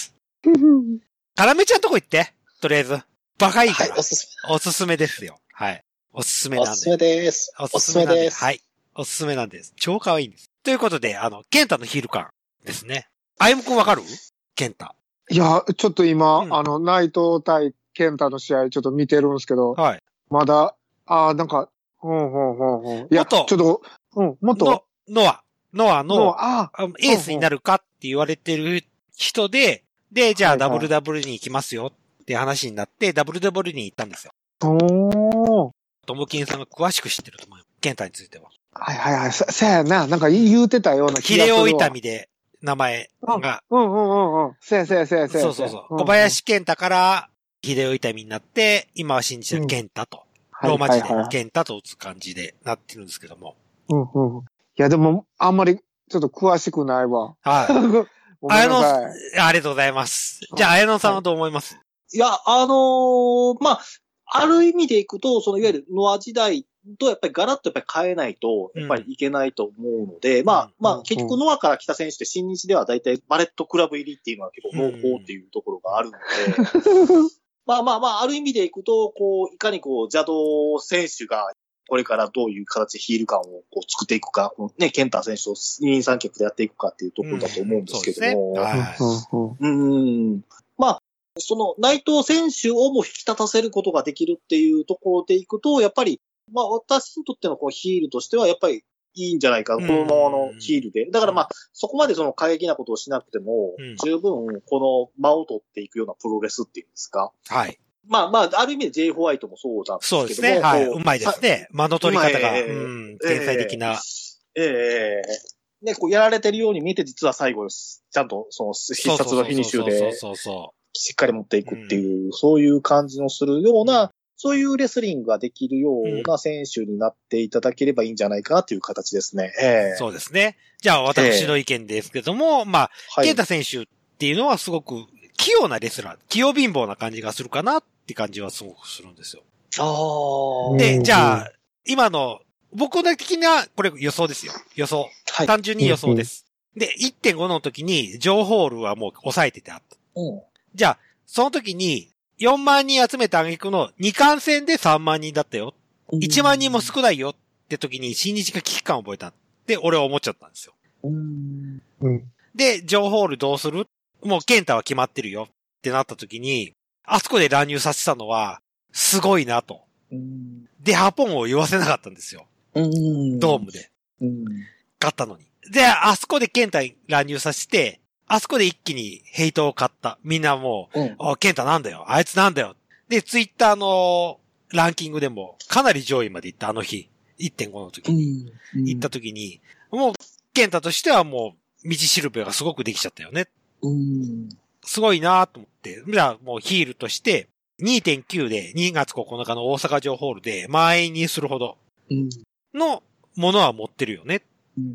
カラメちゃんとこ行って。とりあえず。バカいいから。 はい、 おすすめですよ。はい。おすすめなんで。 おすすめです。 おすすめです。はい。おすすめなんです。超可愛いんです。ということで、ケンタのヒール感ですね。あゆむくんわかる？ケンタ。 いや、ちょっと今、内藤対ケンタの試合ちょっと見てるんですけど、はい。まだ、なんか、いや、ちょっと、もっと。 ノアの、エースになるかって言われてる人で、じゃあ WW に行きますよって話になって、WW に行ったんですよ。ともきんさんが詳しく知ってると思うよ。ケンタについては。 はい。そうやな。なんか言うてたような気がするわ。 ヒデオ痛みで名前が。 そうや。 そう。小林ケンタからヒデオ痛みになって、今は新日のケンタと。ローマ字でケンタと打つ感じでなってるんですけども。 いや、でも、あんまり、ちょっと詳しくないわ。 はい。ありがとうございます。じゃあ、綾野さんはどう思います？ いや、ある意味でいくと、いわゆるノア時代とやっぱりガラッとやっぱり変えないと、やっぱりいけないと思うので、結局ノアから来た選手って新日では大体バレットクラブ入りっていうのは結構濃厚っていうところがあるので、 ある意味でいくと、いかに邪道選手が、これからどういう形でヒール感を作っていくか、ね、ケンタ選手と二人三脚でやっていくかっていうところだと思うんですけども。内藤選手をも引き立たせることができるっていうところでいくと、やっぱり、私にとってのヒールとしては、やっぱりいいんじゃないか、このままのヒールで。だからそこまで過激なことをしなくても、十分この間を取っていくようなプロレスっていうんですか。 はい。 ある意味で J. ホワイトもそうなんですけども。 そうですね。はい。うまいですね。間の取り方が、天才的な。 ね、やられてるように見えて、実は最後、ちゃんと必殺のフィニッシュで、しっかり持っていくっていう、そういう感じのするような、そういうレスリングができるような選手になっていただければいいんじゃないかなという形ですね。 そうですね。じゃあ私の意見ですけども、ケンタ選手っていうのはすごく器用なレスラー、器用貧乏な感じがするかなって感じはすごくするんですよ。で、じゃあ、今の、僕的な、これ予想ですよ。予想。はい、単純に予想です。で、1.5 の時に、ジョーホールはもう抑えててあった。じゃあ、その時に、4万人集めた挙句の2冠戦で3万人だったよ。1万人も少ないよって時に、新日が危機感を覚えたって俺は思っちゃったんですよ。で、ジョーホールどうする？もうケンタは決まってるよってなった時に、あそこで乱入させたのは、すごいなと。で、ハポンを言わせなかったんですよ。ドームで。勝ったのに。で、あそこでケンタに乱入させて、あそこで一気にヘイトを買った。みんなもう、ケンタなんだよ。あいつなんだよ。で、ツイッターのランキングでもかなり上位まで行った、あの日。1.5 の時に。行った時に、もう、ケンタとしてはもう、道しるべがすごくできちゃったよね。すごいなと思って。じゃあもうヒールとして、2.9 で2月9日の大阪城ホールで満員にするほどのものは持ってるよね。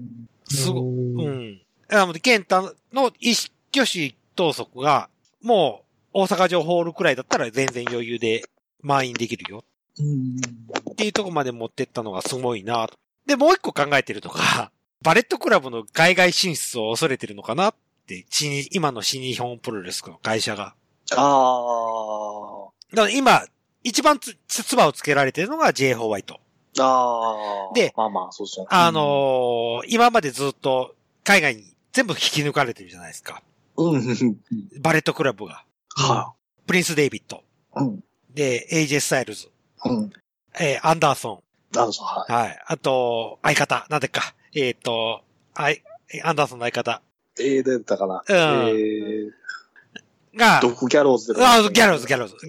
ケンタの一挙手一投足が、もう大阪城ホールくらいだったら全然余裕で満員できるよ。っていうとこまで持ってったのがすごいな。で、もう一個考えてるのが、バレットクラブの海外進出を恐れてるのかなって、今の新日本プロレスの会社が。だから今、一番つばをつけられてるのが J. ホワイト。で、 そうですね。 今までずっと海外に全部引き抜かれてるじゃないですか。バレットクラブが。プリンス・デイビッド。で、AJ スタイルズ。アンダーソン。はい。あと、相方、なんでか。アンダーソンの相方。 出たかな。 が、 ドッグギャローズで。 ギャローズ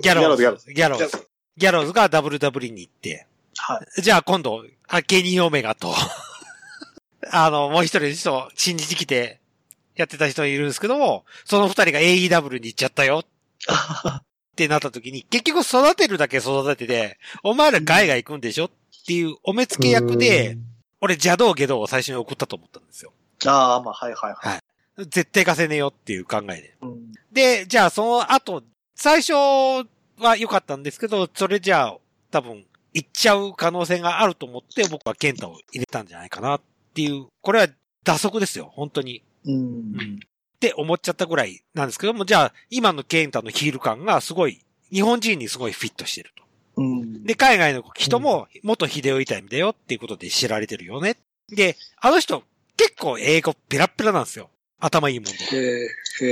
が WWE に行って。じゃあ今度、ケニー・オメガと、もう一人の人、新日来て、やってた人いるんですけども、その二人が AEW に行っちゃったよ。ってなった時に、結局育てるだけ育てて、お前ら海外行くんでしょっていうお目付け役で、俺邪道下道を最初に送ったと思ったんですよ。はい。絶対稼いねえよっていう考えで。で、じゃあその後、最初は良かったんですけど、それじゃあ多分行っちゃう可能性があると思って僕はケンタを入れたんじゃないかなっていう、これは打足ですよ、本当に。って思っちゃったぐらいなんですけども、じゃあ今のケンタのヒール感がすごい、日本人にすごいフィットしてると。で、海外の人も元秀夫痛みだよっていうことで知られてるよね。で、あの人結構英語ペラペラなんですよ。頭いいもんで。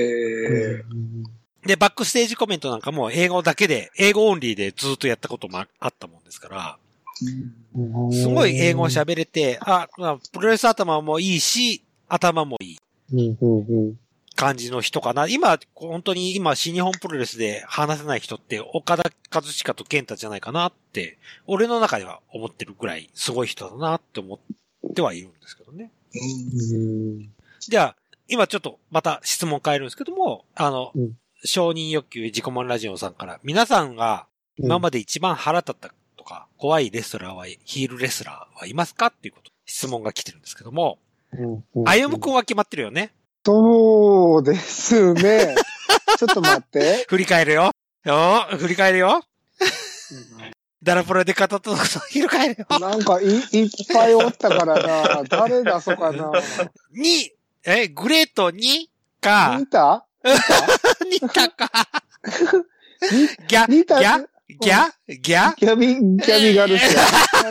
で、バックステージコメントなんかも英語だけで、英語オンリーでずっとやったこともあったもんですから、すごい英語を喋れて、プロレス頭もいいし、頭もいい感じの人かな。本当に今、新日本プロレスで話せない人って、岡田和親と健太じゃないかなって、俺の中では思ってるぐらいすごい人だなって思ってはいるんですけどね。じゃあ、今ちょっとまた質問変えるんですけども、承認欲求自己満ラジオさんから、皆さんが今まで一番腹立ったとか、怖いレスラーは、ヒールレスラーはいますかっていう質問が来てるんですけども、あゆむくんは決まってるよね。 そうですね。ちょっと待って。 振り返るよ。振り返るよ。ダラプロで語ったこと振り返るよ。 なんかいっぱいおったからな。誰出そうかな。 グレート2か。 見た見たか。 ビガルシア。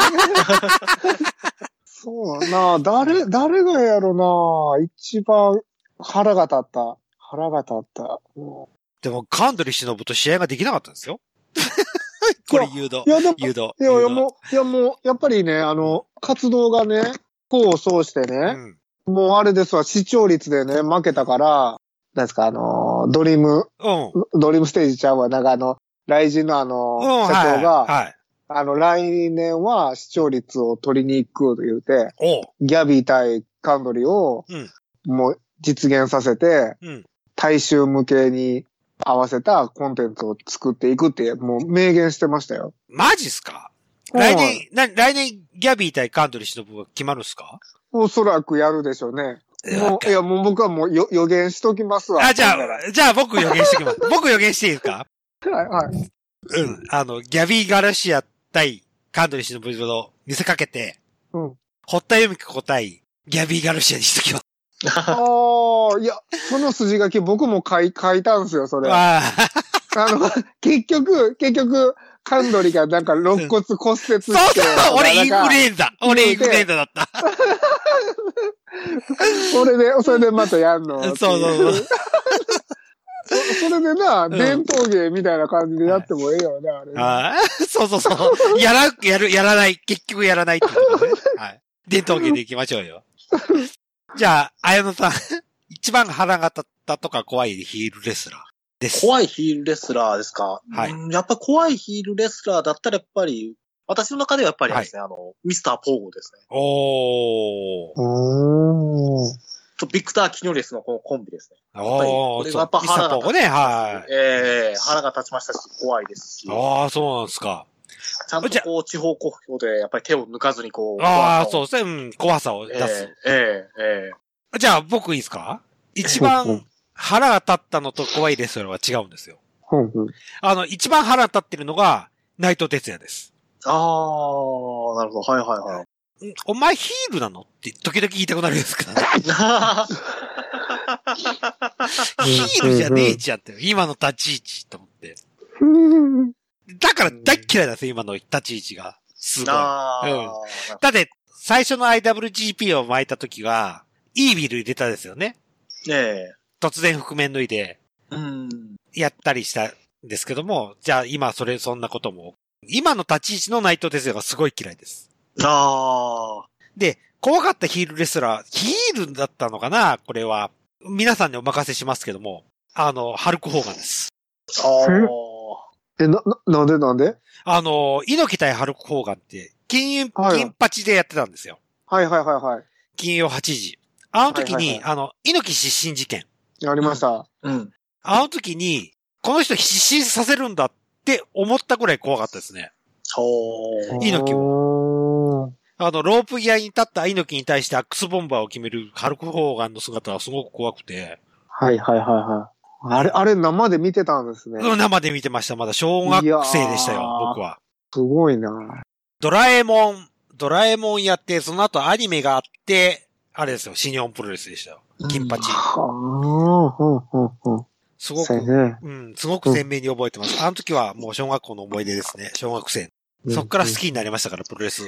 そうな、誰がやろな、一番腹が立った。 でも、カンドリ忍と試合ができなかったんですよ。これ誘導。 もう、やっぱりね、活動がね、功を奏してね、もうあれですわ、視聴率でね、負けたから、なんですか、ドリームステージちゃうわ、なんか雷神の社長が、来年は視聴率を取りに行くと言うて、ギャビー対カンドリを、もう実現させて、大衆向けに合わせたコンテンツを作っていくって、もう明言してましたよ。 マジっすか？来年ギャビー対カンドリ忍が決まるっすか？ おそらくやるでしょうね。もう僕はもう予言しときますわ。 じゃあ僕予言しときます。僕予言していいですか？ はい。 ギャビー・ガルシア対カンドリ忍の見せかけて、堀田由美子対ギャビー・ガルシアにしときます。 いや、その筋書き僕も書いたんですよ、それ。結局、カンドリがなんか肋骨骨折して。 そう俺インフルエンザだった。 それでまたやんの。 そう。 それでな、伝統芸みたいな感じでやってもええよね、 あれ。そう。やらない。結局やらないってことね。はい。伝統芸でいきましょうよ。じゃあ、綾野さん、一番腹が立ったとか怖いヒールレスラーです。 怖いヒールレスラーですか？ はい。 やっぱり怖いヒールレスラーだったらやっぱり、私の中ではやっぱりですね、ミスターポーゴですね。ビクター・キニョレスのこのコンビですね。これがやっぱ腹が立ちました。腹が立ちましたし、怖いですし。 そうなんですか。 ちゃんと地方国境でやっぱり手を抜かずにそうですね。怖さを出す。じゃあ僕いいですか？一番腹が立ったのと怖いレスラーは違うんですよ。一番腹が立ってるのが内藤哲也です。 なるほど。はい。 お前ヒールなのって時々言いたくなるんですか？ヒールじゃねえじゃんって、今の立ち位置と思って。だから大っ嫌いなんですよ、今の立ち位置が。すごい。だって、最初の IWGP を巻いた時は、イービル入れたですよね。突然覆面脱いで、やったりしたんですけども、じゃあ今そんなことも。今の立ち位置の内藤哲也がすごい嫌いです。で、怖かったヒールレスラー、ヒールだったのかなこれは。皆さんにお任せしますけども、ハルク・ホーガンです。 なんで猪木対ハルク・ホーガンって、金八でやってたんですよ。 はい。 金曜8時。あの時に、猪木失神事件。 ありました。 あの時に、この人失神させるんだって思ったくらい怖かったですね。猪木を。ロープ際に立った猪木に対してアックスボンバーを決めるハルク・ホーガンの姿はすごく怖くて。 はい。あれ生で見てたんですね。 生で見てました。まだ小学生でしたよ、僕は。 すごいな。 ドラえもんやって、その後アニメがあって、あれですよ、新日本プロレスでしたよ。金八。すごく、すごく鮮明に覚えてます。あの時はもう小学校の思い出ですね。小学生。そっから好きになりましたから、プロレス。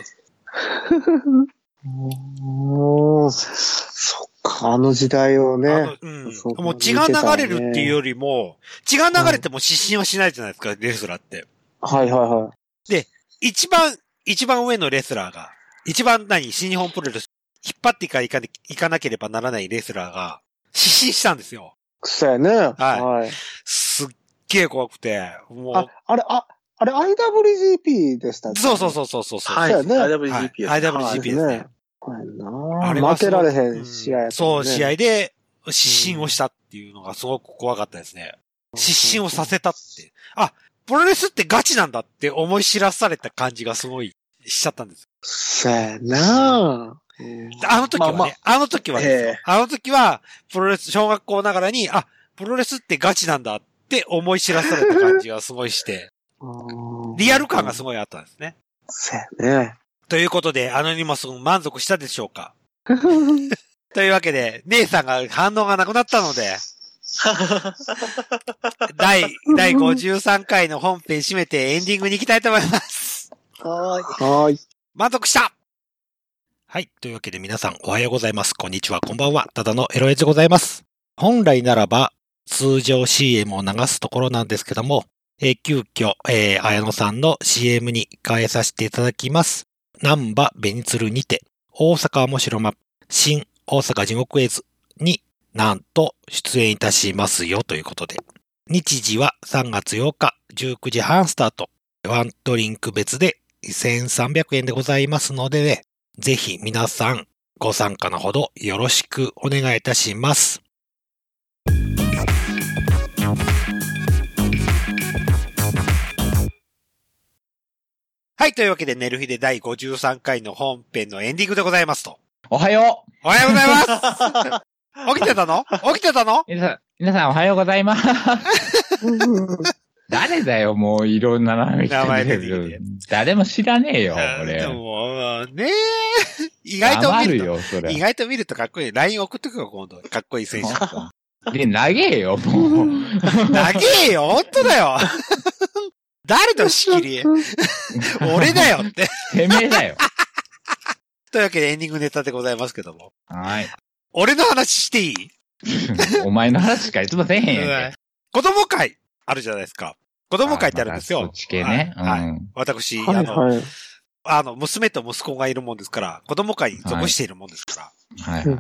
そっか、あの時代をね。 もう血が流れるっていうよりも、血が流れても失神はしないじゃないですか、レスラーって。 はい。 で、一番上のレスラーが、新日本プロレス引っ張っていかなければならないレスラーが、失神したんですよ。 そうやね。 はい。すっげえ怖くて、もう。 あれ IWGP でしたっけ？ そう。 はい。 IWGP ですね。 あれ負けられへん試合、 そう、試合で失神をしたっていうのがすごく怖かったですね。失神をさせたって。プロレスってガチなんだって思い知らされた感じがすごいしちゃったんです。 そうやなあの時はですよ。あの時は、プロレス、小学校ながらに、プロレスってガチなんだって思い知らされた感じがすごいして、リアル感がすごいあったんですね。 そうやね。 ということで、アノニマス満足したでしょうかというわけで、姉さんが反応がなくなったので、 第53回の本編締めてエンディングに行きたいと思います。 はい。 満足した。はい。というわけで皆さんおはようございます。こんにちは。こんばんは。ただのエロエでございます。本来ならば通常 CM を流すところなんですけども、急遽、綾野さんの CM に変えさせていただきます。難波紅鶴にて、大阪面白マップ、新大阪地獄絵図になんと出演いたしますよということで。日時は3月8日19時半スタート。ワンドリンク別で1300円でございますので、ね、ぜひ皆さんご参加のほどよろしくお願いいたします。はい。というわけで、寝る日で第53回の本編のエンディングでございますと。 おはよう。おはようございます。起きてたの皆さんおはようございます。誰だよ、もういろんな名前出てきて。誰も知らねえよ、俺。 でも、ねえ。意外と見るとかっこいい。LINE 送っとくよ、今度。かっこいい選手。 で、長えよ、もう。 長えよ、ほんとだよ。誰の仕切り俺だよって。 てめえだよ。 というわけでエンディングネタでございますけども。 はい。 俺の話していいお前の話しかいつもせえへんやん。 子供会あるじゃないですか。子供会ってあるんですよ。 そっち系ね。 はい。私、娘と息子がいるもんですから、子供会に属しているもんですから。 はい。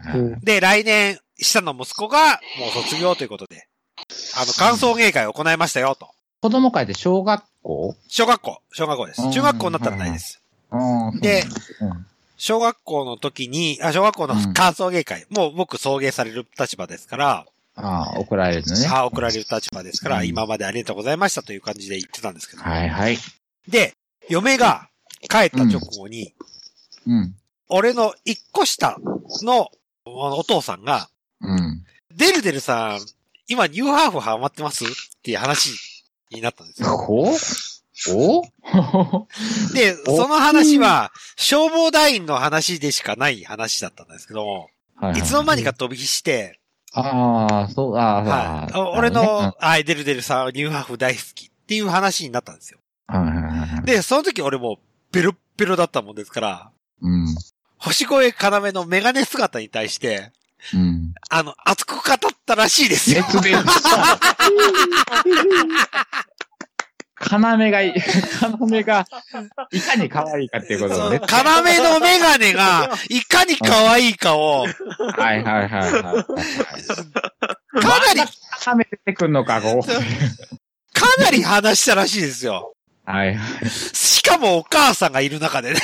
で、来年、下の息子がもう卒業ということで、歓送迎会を行いましたよと。 子供会って小学校です。中学校になったらないです。で、小学校の時に、小学校の歓送迎会、もう僕送迎される立場ですから、 怒られるね。 怒られる立場ですから、今までありがとうございましたという感じで言ってたんですけど。 はいはい。 で、嫁が帰った直後に、俺の一個下のお父さんが、デルデルさん、今ニューハーフハマってますっていう話になったんですよ。で、その話は、消防団員の話でしかない話だったんですけども、いつの間にか飛び火して、俺の、デルデルさんはニューハーフ大好きっていう話になったんですよ。で、その時俺もベロッベロだったもんですから、星越要のメガネ姿に対して、熱く語ったらしいですよ。 熱弁。要が、いかに可愛いかっていうことね。 要のメガネが、いかに可愛いかを。 はい。かなり。要出てくんのか、こう。 かなり話したらしいですよ。 はい。 しかもお母さんがいる中でね。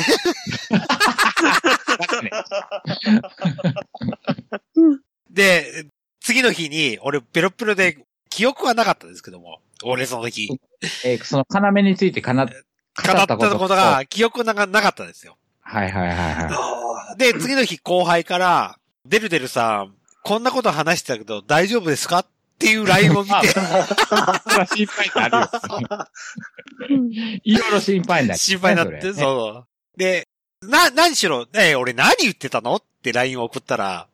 で、次の日に、俺、ペロペロで、記憶はなかったんですけども、俺その日。 その要について語ったことが、記憶なかったんですよ。 はい。 で、次の日後輩から、デルデルさん、こんなこと話してたけど大丈夫ですかっていう LINE を見て。 心配になるよ。いろいろ心配になって。 心配になって、そう。で、何しろ、俺何言ってたのって LINE を送ったら、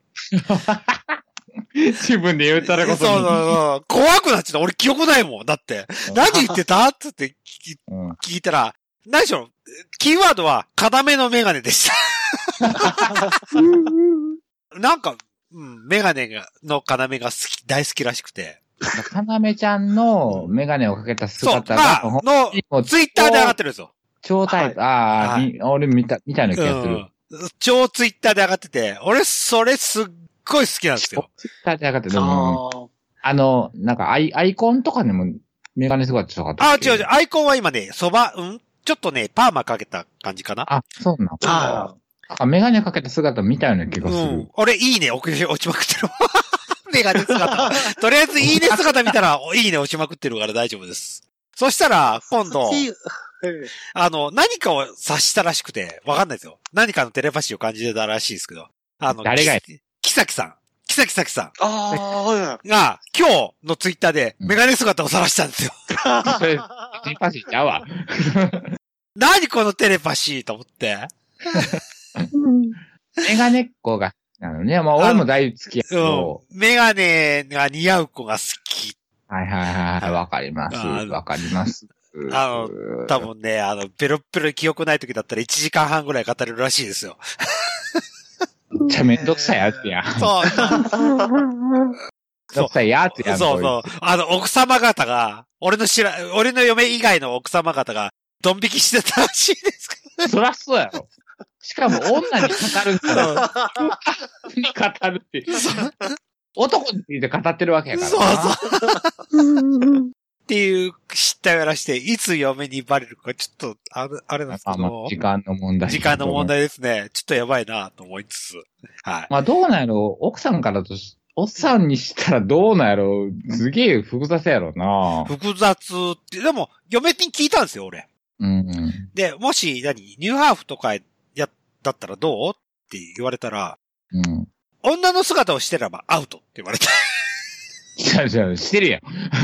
自分で言ったらこそ。 そう。怖くなっちゃった。俺記憶ないもん。だって。何言ってたって聞いたら、何しろ、キーワードは、要のメガネでした。なんか、メガネの要が大好きらしくて。 要ちゃんのメガネをかけた姿が、 ツイッターで上がってるんですよ。 超タイプ。俺見たような気がする。 超ツイッターで上がってて、俺それすっごい好きなんですよ。 ツイッターで上がってて、なんかアイコンとかにもメガネ姿とか違う。アイコンは今ね、ちょっとね、パーマかけた感じかな。 そうなの。メガネかけた姿見たような気がする。 俺、いいね、落ちまくってる。メガネ姿。とりあえず、いいね姿見たら、いいね落ちまくってるから大丈夫です。そしたら、今度、何かを察したらしくて、わかんないですよ。何かのテレパシーを感じてたらしいですけど。 誰が木崎さんが、今日のツイッターで、メガネ姿を晒したんですよ。 それ、テレパシーちゃうわ。 何このテレパシーと思って。 メガネっ子がなのね。まあ、俺も大好きやけど。 メガネが似合う子が好き。 はいはいはい。わかります。わかります。 多分ね、ペロッペロ記憶ない時だったら1時間半ぐらい語れるらしいですよ。 めっちゃめんどくさいやつやん。 そう。 めんどくさいやつやん。 そうそう。奥様方が、俺の嫁以外の奥様方が、ドン引きしてたらしいですから。 そらそうやろ。しかも女に語るから、に語るって。男について語ってるわけやから。 そうそう。っていう失態をやらして、いつ嫁にバレるか、ちょっと、あれなんですけど。 時間の問題。 時間の問題ですね。ちょっとやばいなと思いつつ。はい。 まあどうなんやろ、奥さんからとおっさんにしたらどうなんやろ、すげえ複雑やろな。 複雑って、でも、嫁に聞いたんですよ、俺。 うん。 で、もし、ニューハーフとかだったらどうって言われたら、 うん。 女の姿をしてればアウトって言われた。 じゃあ、してるやん。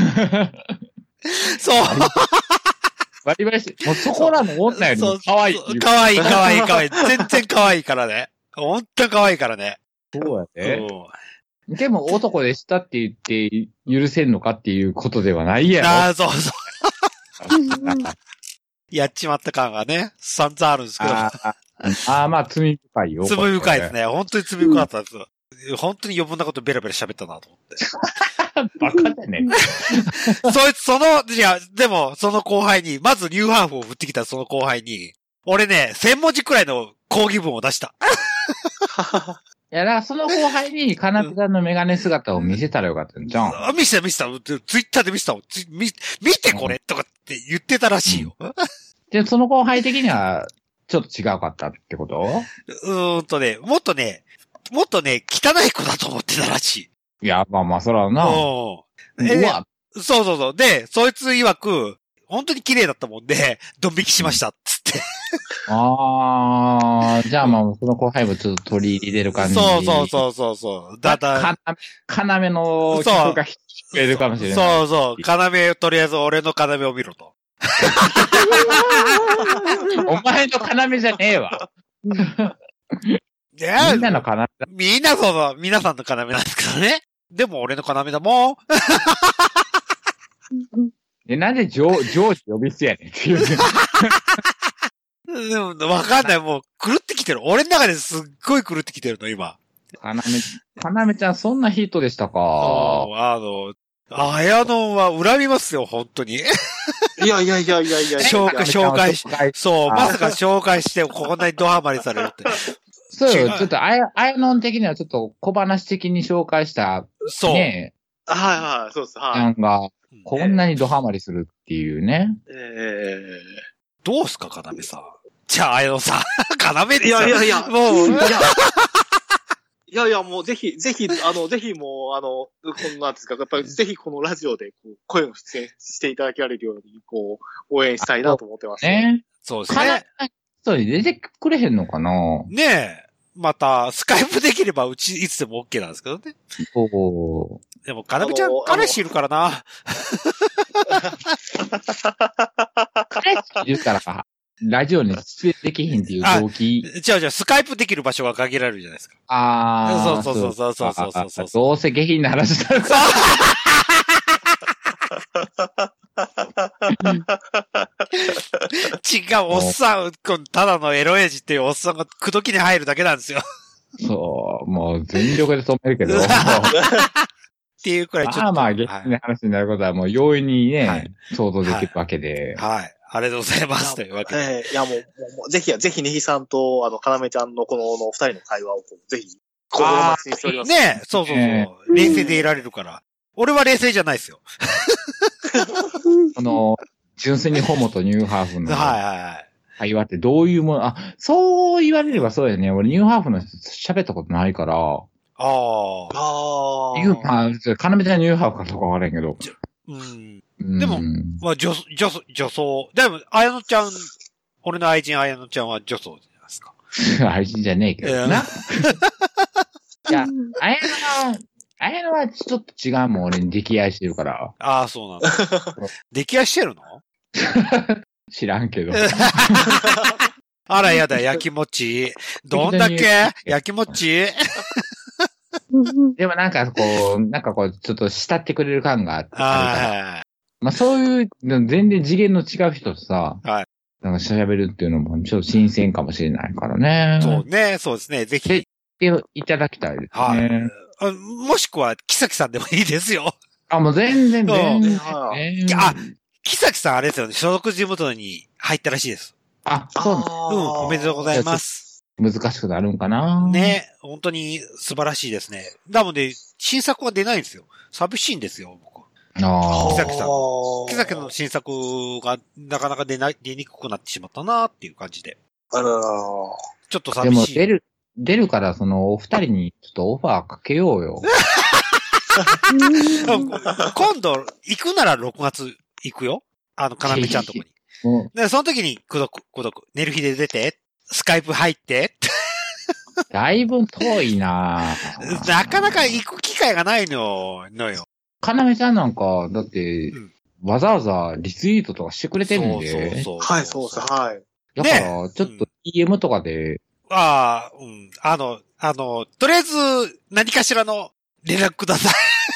そう。 バリバリして、もうそこらの女よりも可愛い。 可愛い。全然可愛いからね。ほんと可愛いからね。 そうやね。でも男でしたって言って許せんのかっていうことではないやろ。 ああ、そうそう。やっちまった感がね、散々あるんですけど。 まあ、罪深いよ。 罪深いですね。本当に罪深かったです。本当に余分なことベラベラ喋ったなと思って。 バカだね。 でも、その後輩に、まずニューハーフを振ってきたその後輩に、俺ね、1000文字くらいの抗議文を出した。 いや、だからその後輩に、かなぴさんのメガネ姿を見せたらよかったんじゃん。 見せた。ツイッターで見せたもん。見てこれとかって言ってたらしいよ。 で、その後輩的には、ちょっと違うかったってこと？ もっとね、汚い子だと思ってたらしい。いや、まあ、そらな。 うわ。そう。で、そいつ曰く、本当に綺麗だったもんで、ドン引きしました、つって。 じゃあまあ、その後輩もちょっと取り入れる感じ。 そう。 要の曲が弾けるかもしれない。 そう。要、とりあえず俺の要を見ろと。 お前の要じゃねえわ。みんなの要だ。 皆さんの要なんですからね。でも俺の要だもん。 なんで上司呼び捨てやねんっていう。 でも、わかんない。もう、狂ってきてる。俺の中ですっごい狂ってきてるの、今。 かなめちゃん、そんなヒートでしたか。 あやのんは恨みますよ、本当に。 いや。 紹介し、そう、まさか紹介して、こんなにドハマりされるって。 そうよ、ちょっと、あやのん的にはちょっと小話的に紹介した。 そう。 ねはい、そうです。はい。 なんか、こんなにドハマりするっていうね。 どうすか、かなめさん。じゃあ、あやのさん。かなめですよ。 いや。 もう。 いや、もうぜひ、もう、こんなんですか、やっぱりぜひこのラジオで、声を出演していただけられるように、応援したいなと思ってます。 ね。 そうですね。 そう、出てくれへんのかな？ ねえ。また、スカイプできればうちいつでも OK なんですけどね。でも、かなめちゃん、彼氏いるからな。 彼氏いるからか。ラジオに出演できへんっていう動機。 じゃあ、スカイプできる場所が限られるじゃないですか。そう。 どうせ下品な話だろ。 違う、おっさん、ただのエロエイジっていうおっさんが口説きに入るだけなんですよ。 そう、もう全力で止めるけど。 っていうくらいちょっと。 まあ、下品な話になることはもう容易にね、想像できるわけで。 はい。ありがとうございます。というわけで。 いや、もう、ぜひ、ねひさんと、かなめちゃんのこの二人の会話を、ぜひ、心待ちにしております。 ねえ、そう。冷静でいられるから。俺は冷静じゃないですよ。 純粋にホモとニューハーフの。 はい。 会話ってどういうもの、そう言われればそうやね。俺ニューハーフの喋ったことないから。かなめちゃんニューハーフかどうかわからんけど。でも、まあ、女装。でも、あやのちゃん、俺の愛人あやのちゃんは女装じゃないですか。愛人じゃねえけどな。いや、あやのはちょっと違うもん、俺に溺愛してるから。ああ、そうなんだ。溺愛してるの知らんけど。 あらやだ、焼きもち。どんだけ焼きもちでもなんかこう、ちょっと慕ってくれる感があるから。まあそういう、全然次元の違う人とさ、 はい。 なんか喋るっていうのもちょっと新鮮かもしれないからね。 そうね、そうですね。ぜひ。 いただきたいですね。 はい。もしくは、木崎さんでもいいですよ。 もう全然。 木崎さんあれですよね。所属事務所に入ったらしいです。 そうなの。おめでとうございます。 難しくなるんかなね、本当に素晴らしいですね。なので、新作は出ないんですよ。寂しいんですよ、僕。木崎さん。木崎の新作がなかなか出にくくなってしまったなっていう感じで。 あらら。 ちょっと寂しい。 でも出るから、お二人にちょっとオファーかけようよ。 今度、行くなら6月行くよ。かなめちゃんとこに。で、その時に、孤独、寝る日で出て、スカイプ入って。 だいぶ遠いななかなか行く機会がないのよ。 かなめちゃんなんか、だって、わざわざリツイートとかしてくれてるんで。 そう。はい、そうです。はい。 だから、ちょっと DM とかで。 とりあえず、何かしらの連絡ください。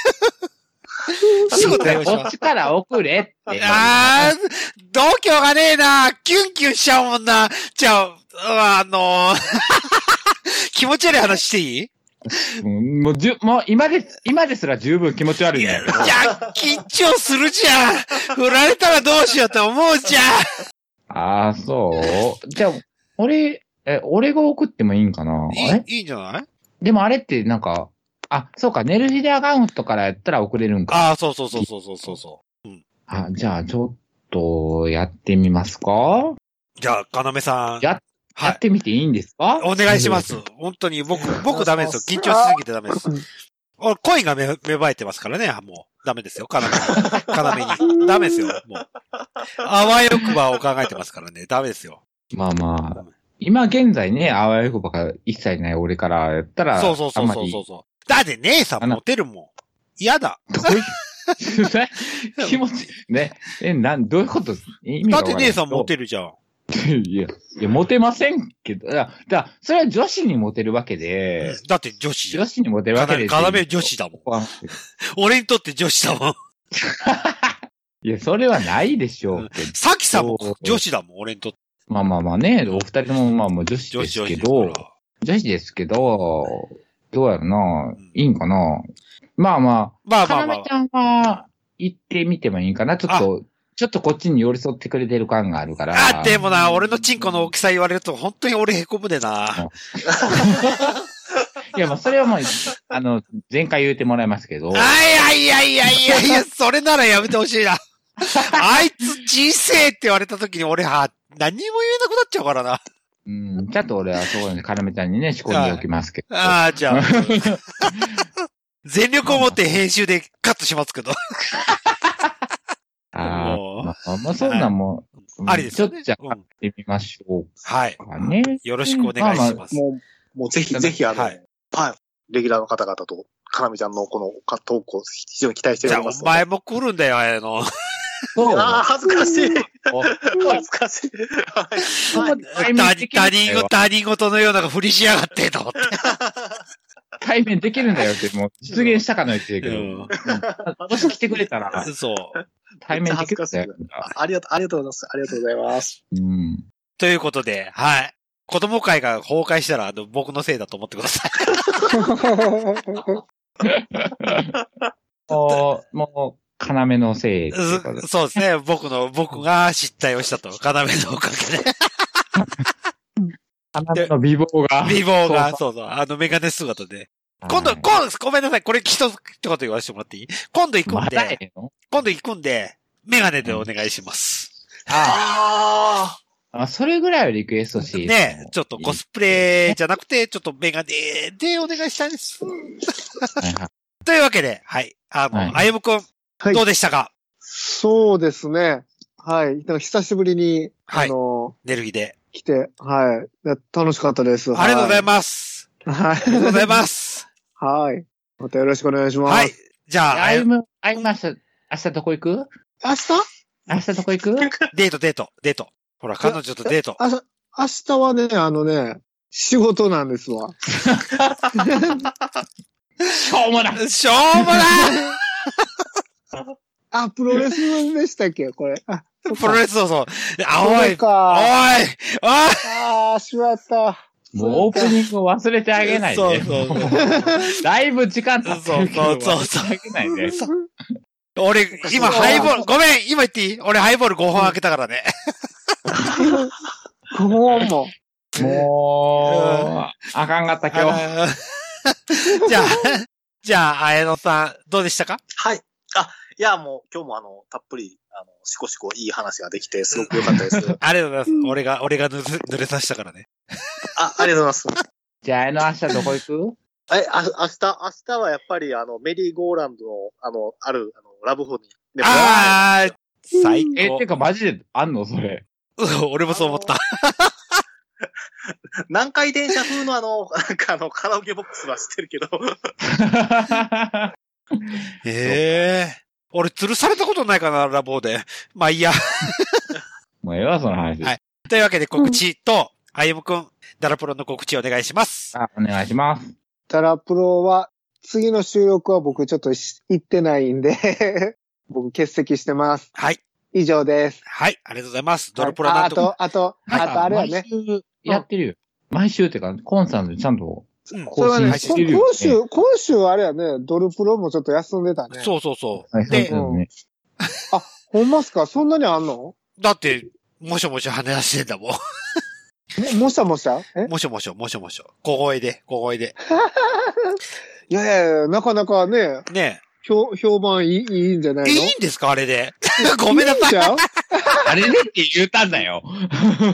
すぐ対応します。 こっちから送れって。 度胸がねえな。キュンキュンしちゃうもんな。じゃあ、気持ち悪い話していい？ もう今ですら十分気持ち悪いね。 いや、緊張するじゃん。振られたらどうしようって思うじゃん。そうじゃあ、俺が送ってもいいんかないいんじゃない？ でもあれってなんか、そうか、ネルヒデアカウントからやったら送れるんか。 そう。じゃあ、ちょっと、やってみますか？ じゃあ、かなめさん。 やってみていいんですか？ お願いします。本当に僕ダメですよ。緊張しすぎてダメです。恋が芽生えてますからね、もう。ダメですよ、かなめに。ダメですよ、もう。あわよくばを考えてますからね、ダメですよ。 まあ。今現在ね、あわよくばが一切ない俺からやったら。 そう。だって姉さんモテるもん。嫌だ。 気持ち、ね。どういうことだって姉さんモテるじゃん。 いや、モテませんけど、それは女子にモテるわけで。 だって女子じゃん。 女子にモテるわけで。 かなめ女子だもん。俺にとって女子だもん。 いや、それはないでしょうけど。 さきさんも女子だもん、俺にとって。 まあね、お二人とももう女子ですけど、どうやろな、いいんかな。まあ。かなめちゃんは行ってみてもいいかな。ちょっとこっちに寄り添ってくれてる感があるから。 でもな、俺のチンコの大きさ言われると本当に俺へこむでな。 いや、それはもう、前回言うてもらいますけど。 いや、それならやめてほしいな。あいつ人生って言われた時に俺何にも言えなくなっちゃうからな。 ちょっと俺はそうね、かなめちゃんにね、仕込んでおきますけど。 じゃあ。全力を持って編集でカットしますけど。 そんなんも、 ありですよね。 ちょっとやってみましょう。 はい。よろしくお願いします。 もうぜひ、レギュラーの方々と、かなめちゃんのこのトークを非常に期待しております。 じゃあ、お前も来るんだよ、 恥ずかしい。恥ずかしい。 他人事のような振りしやがってと思って。 対面できるんだよって、もう実現したかの言ってるけど。もし来てくれたら。 そう。 対面できるんだよ。 ありがとうございます。ありがとうございます。 ということで、はい。子供会が崩壊したら、僕のせいだと思ってください。 もう、要のせい。 そうですね。僕が失態をしたと。要のおかげで。 要の美貌が。 そう。メガネ姿で。今度、ごめんなさい。これ一言言わせてもらっていい？今度行くんで、メガネでお願いします。 それぐらいはリクエストし。 ね、ちょっとコスプレじゃなくて、ちょっとメガネでお願いしたいです。というわけで、はい。あやむくん、どうでしたか？ そうですね。はい。久しぶりに、 寝る日で。 来て、はい。楽しかったです。 ありがとうございます。 はい。 ありがとうございます。 はい。またよろしくお願いします。 はい。じゃあ、 明日どこ行く？ 明日どこ行く？ デート。ほら、彼女とデート。 明日はね、仕事なんですわ。 しょうもない。 しょうもないあ、プロレスでしたっけこれ。 プロレスそう。おい、おい、 ああ、しまった。 もうオープニングを忘れてあげないで。そう。だいぶ時間経ってるけど忘れてあげないで。 俺、今ハイボール、ごめん、今言っていい？俺ハイボール5本開けたからね。 5本も。 もう、あかんかった今日。 じゃあ、綾野さん、どうでしたか？ はい。いや、もう、今日もたっぷり、しこしこいい話ができて、すごく良かったです。 ありがとうございます。俺が濡れさせたからね。 ありがとうございます。 じゃあ、明日どこ行く？ 明日はやっぱり、メリーゴーランドの、ラブホに。 最高。 てか、マジであんのそれ。 俺もそう思った。 南海電車風のカラオケボックスは知ってるけど。 俺、吊るされたことないかな、ラボで。まあいいや。 もうええわ、その話。 はい。というわけで告知と、あゆむくん、ダラプロの告知お願いします。 お願いします。 ダラプロは、次の収録は僕ちょっと行ってないんで、僕欠席してます。 はい。 以上です。 はい、ありがとうございます。ダラプロなんと。 あと、あれはね。 毎週やってるよ。毎週ってか、コンさんでちゃんと。 それはね、今週あれやね、ドルプロもちょっと休んでたね。 そう。 で、 ほんますか？そんなにあんの？ だって、もしゃもしゃ跳ね出してんだもん。 もしゃもしゃ？ もしゃ。小声で。 いや、なかなかね。 ね評判いいんじゃないの？ いいんですかあれで。ごめんなさい。 あれでって言ったんだよ。怖っ。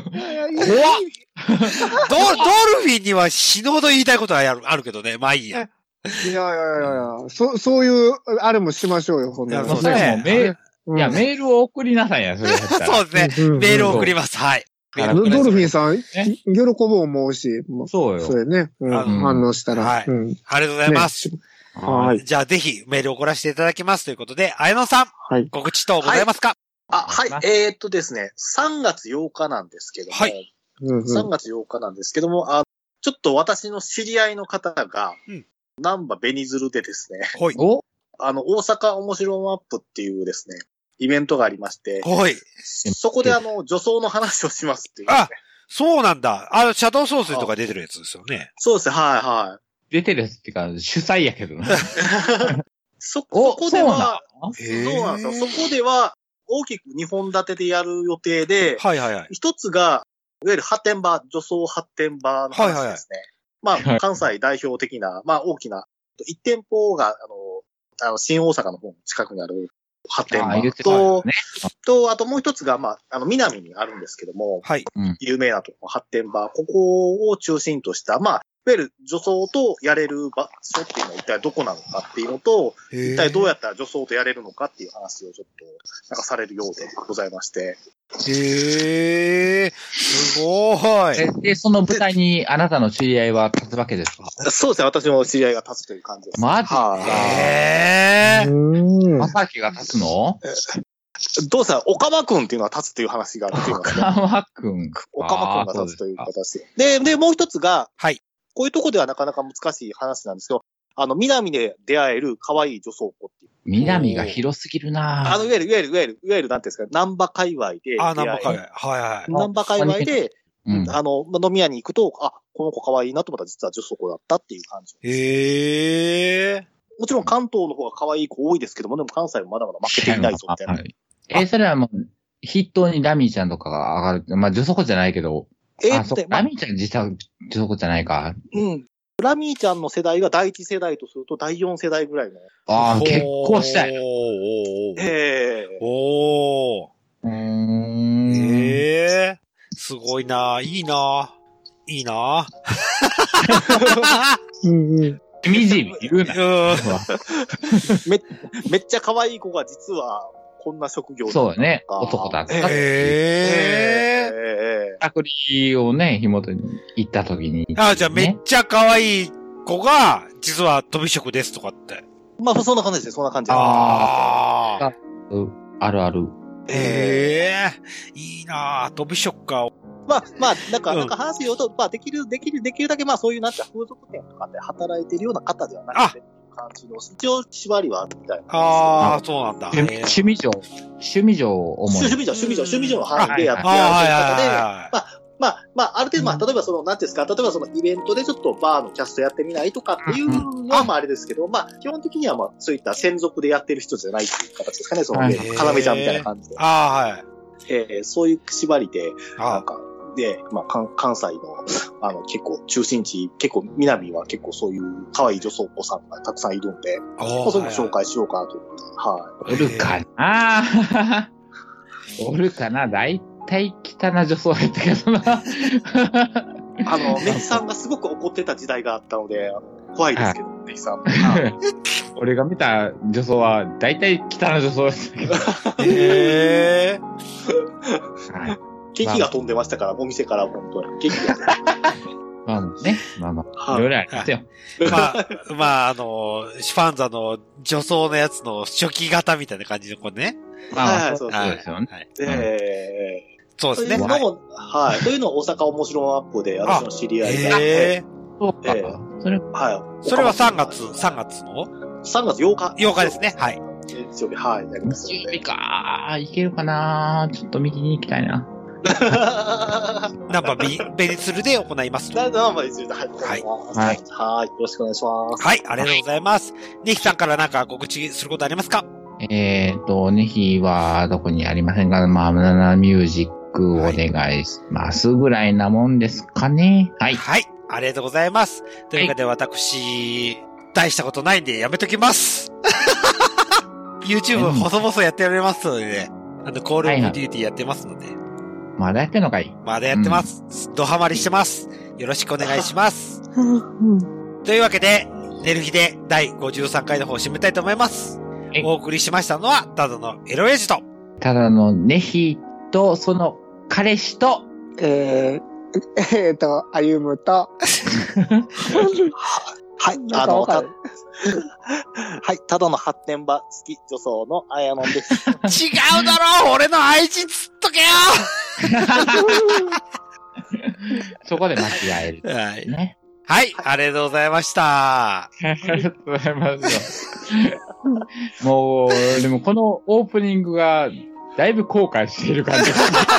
ドルフィンには死ぬほど言いたいことはあるけどね。まあいいや。 いや、そういう、あれもしましょうよ、ほんなら。 そうね。メールを送りなさいや、それ。 そうですね。メールを送ります。はい。 ドルフィンさん、喜ぶ思うし。 そうよ。 それね。反応したら。 はい。ありがとうございます。 はい。 じゃあぜひメールを送らせていただきますということで、綾野さん。はい。告知等ございますか？ はい。ですね、3月8日なんですけども。はい。3月8日なんですけども、ちょっと私の知り合いの方が、南波ベニズルでですね。 はい。 大阪面白マップっていうですね、イベントがありまして。 はい。 そこで女装の話をしますっていう、ね。 そうなんだ。シャドウソースとか出てるやつですよね。 そうですね、はい。 出てるやつっていうか、主催やけどな。 そこでは、そうなんですよ。そこでは、大きく2本立てでやる予定で、一つが、いわゆる発展場、女装発展場の話ですね。まあ、関西代表的な、まあ、大きな、1店舗が、新大阪の方の近くにある発展場と、あともう一つが、まあ、南にあるんですけども、有名なところ、発展場、ここを中心とした、まあ、いわゆる女装とやれる場所っていうのは一体どこなのかっていうのと、一体どうやったら女装とやれるのかっていう話をちょっと、なんかされるようでございまして。 すごい。 で、その舞台にあなたの知り合いは立つわけですか？ そうですね、私の知り合いが立つという感じです。 マジか。まさきが立つの？ どうせ、岡間くんっていうのは立つっていう話があっていますね。 岡間くんが立つという形で。もう一つが、こういうとこではなかなか難しい話なんですけど、南で出会える可愛い女装子っていう。 南が広すぎるなぁ。 いわゆる、なんていうんですか、南波界隈で。 南波界隈。はい。 南波界隈で、飲み屋に行くと、この子可愛いなと思ったら実は女装子だったっていう感じ。もちろん関東の方が可愛い子多いですけども、でも関西はまだまだ負けていないぞ、みたいな。 それはもう、筆頭にラミーちゃんとかが上がる。まあ、女装子じゃないけど。ラミーちゃん実は女装子じゃないか。 ラミーちゃんの世代が第1世代とすると第4世代ぐらいの。 結構したい。 すごいな。いいな。 みじみ言うな。 めっちゃ可愛い子が実はこんな職業そうね。男だった。隔離をね、紐取りに行った時に、ね。 じゃあめっちゃ可愛い子が、実は飛び職ですとかって。 まあ、そんな感じですよ。そんな感じ。 あるある。 いいなぁ、飛び職か。 なんか話を言うと、できるだけ、そういうなんて風俗店とかで働いてるような方ではなくて、感じの、一応縛りはあるみたいな。 ああ、そうなんだ。 趣味上の範囲でやってらっしゃる方で、ある程度、例えばなんていうんですか、例えばイベントでちょっとバーのキャストやってみないとかっていうのは、あれですけど、基本的にはそういった専属でやってる人じゃないっていう形ですかね、要ちゃんみたいな感じで。そういう縛りで、関西の、結構中心地、結構南は結構そういう可愛い女装子さんがたくさんいるんで、それも紹介しようかなと思って、 おるかなおるかな大体汚な女装やったけどな。 ネヒさんがすごく怒ってた時代があったので、怖いですけど、ネヒさん。 俺が見た女装は大体汚な女装ですけど。 ケーキが飛んでましたから、お店から本当に。ケーキが飛んでました。 いろいろありますよ。 シファンザの女装のやつの初期型みたいな感じの子ね。 そうですよね。 そうですね。 というのを大阪面白マップで私の知り合いが。 それは3月の ?3 月8日。 8日ですね。はい。 日曜日、やります。 日曜日かいけるかなちょっと見に行きたいな。 ナンバーベニツルで行います。 ナンバーベニツルで、はい。よろしくお願いします。 はい、ありがとうございます。ネヒさんからなんか告知することありますか？ ネヒはどこにありませんが、ナナミュージックお願いしますぐらいなもんですかね。はい。 はい、ありがとうございます。というわけで私、大したことないんでやめときます。YouTube 細々やっておりますのでね、コールオブデューティーやってますので。 まだやってんのかい？ まだやってます。ドハマりしてます。よろしくお願いします。というわけで、寝る日で第53回の方を締めたいと思います。お送りしましたのは、ただのエロエイジと、 ただのネヒと、その彼氏と、 歩むと、 はい、ただの発展場好き女装のあやのんです。 違うだろう俺の愛人つっとけよそこで間違える。 はい。ね。はい、ありがとうございました。 ありがとうございます。もう、でもこのオープニングが、だいぶ後悔している感じ。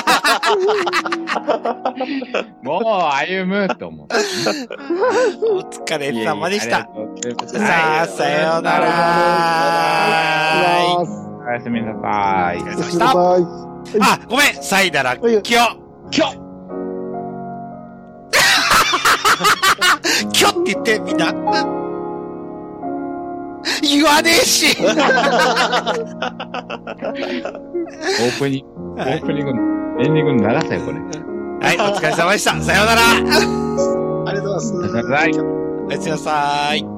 もう歩むと思う。 お疲れ様でした。さあ、さようなら。 おやすみなさい。 お疲れ様でした。あ、ごめん。さいだら、きょ。きょって言って、みんな。言わねえしオープニング、エンディングの長さよ、これ。 はい、お疲れ様でした。さようなら。 ありがとうございます。 おやすみなさい。 おやすみなさい。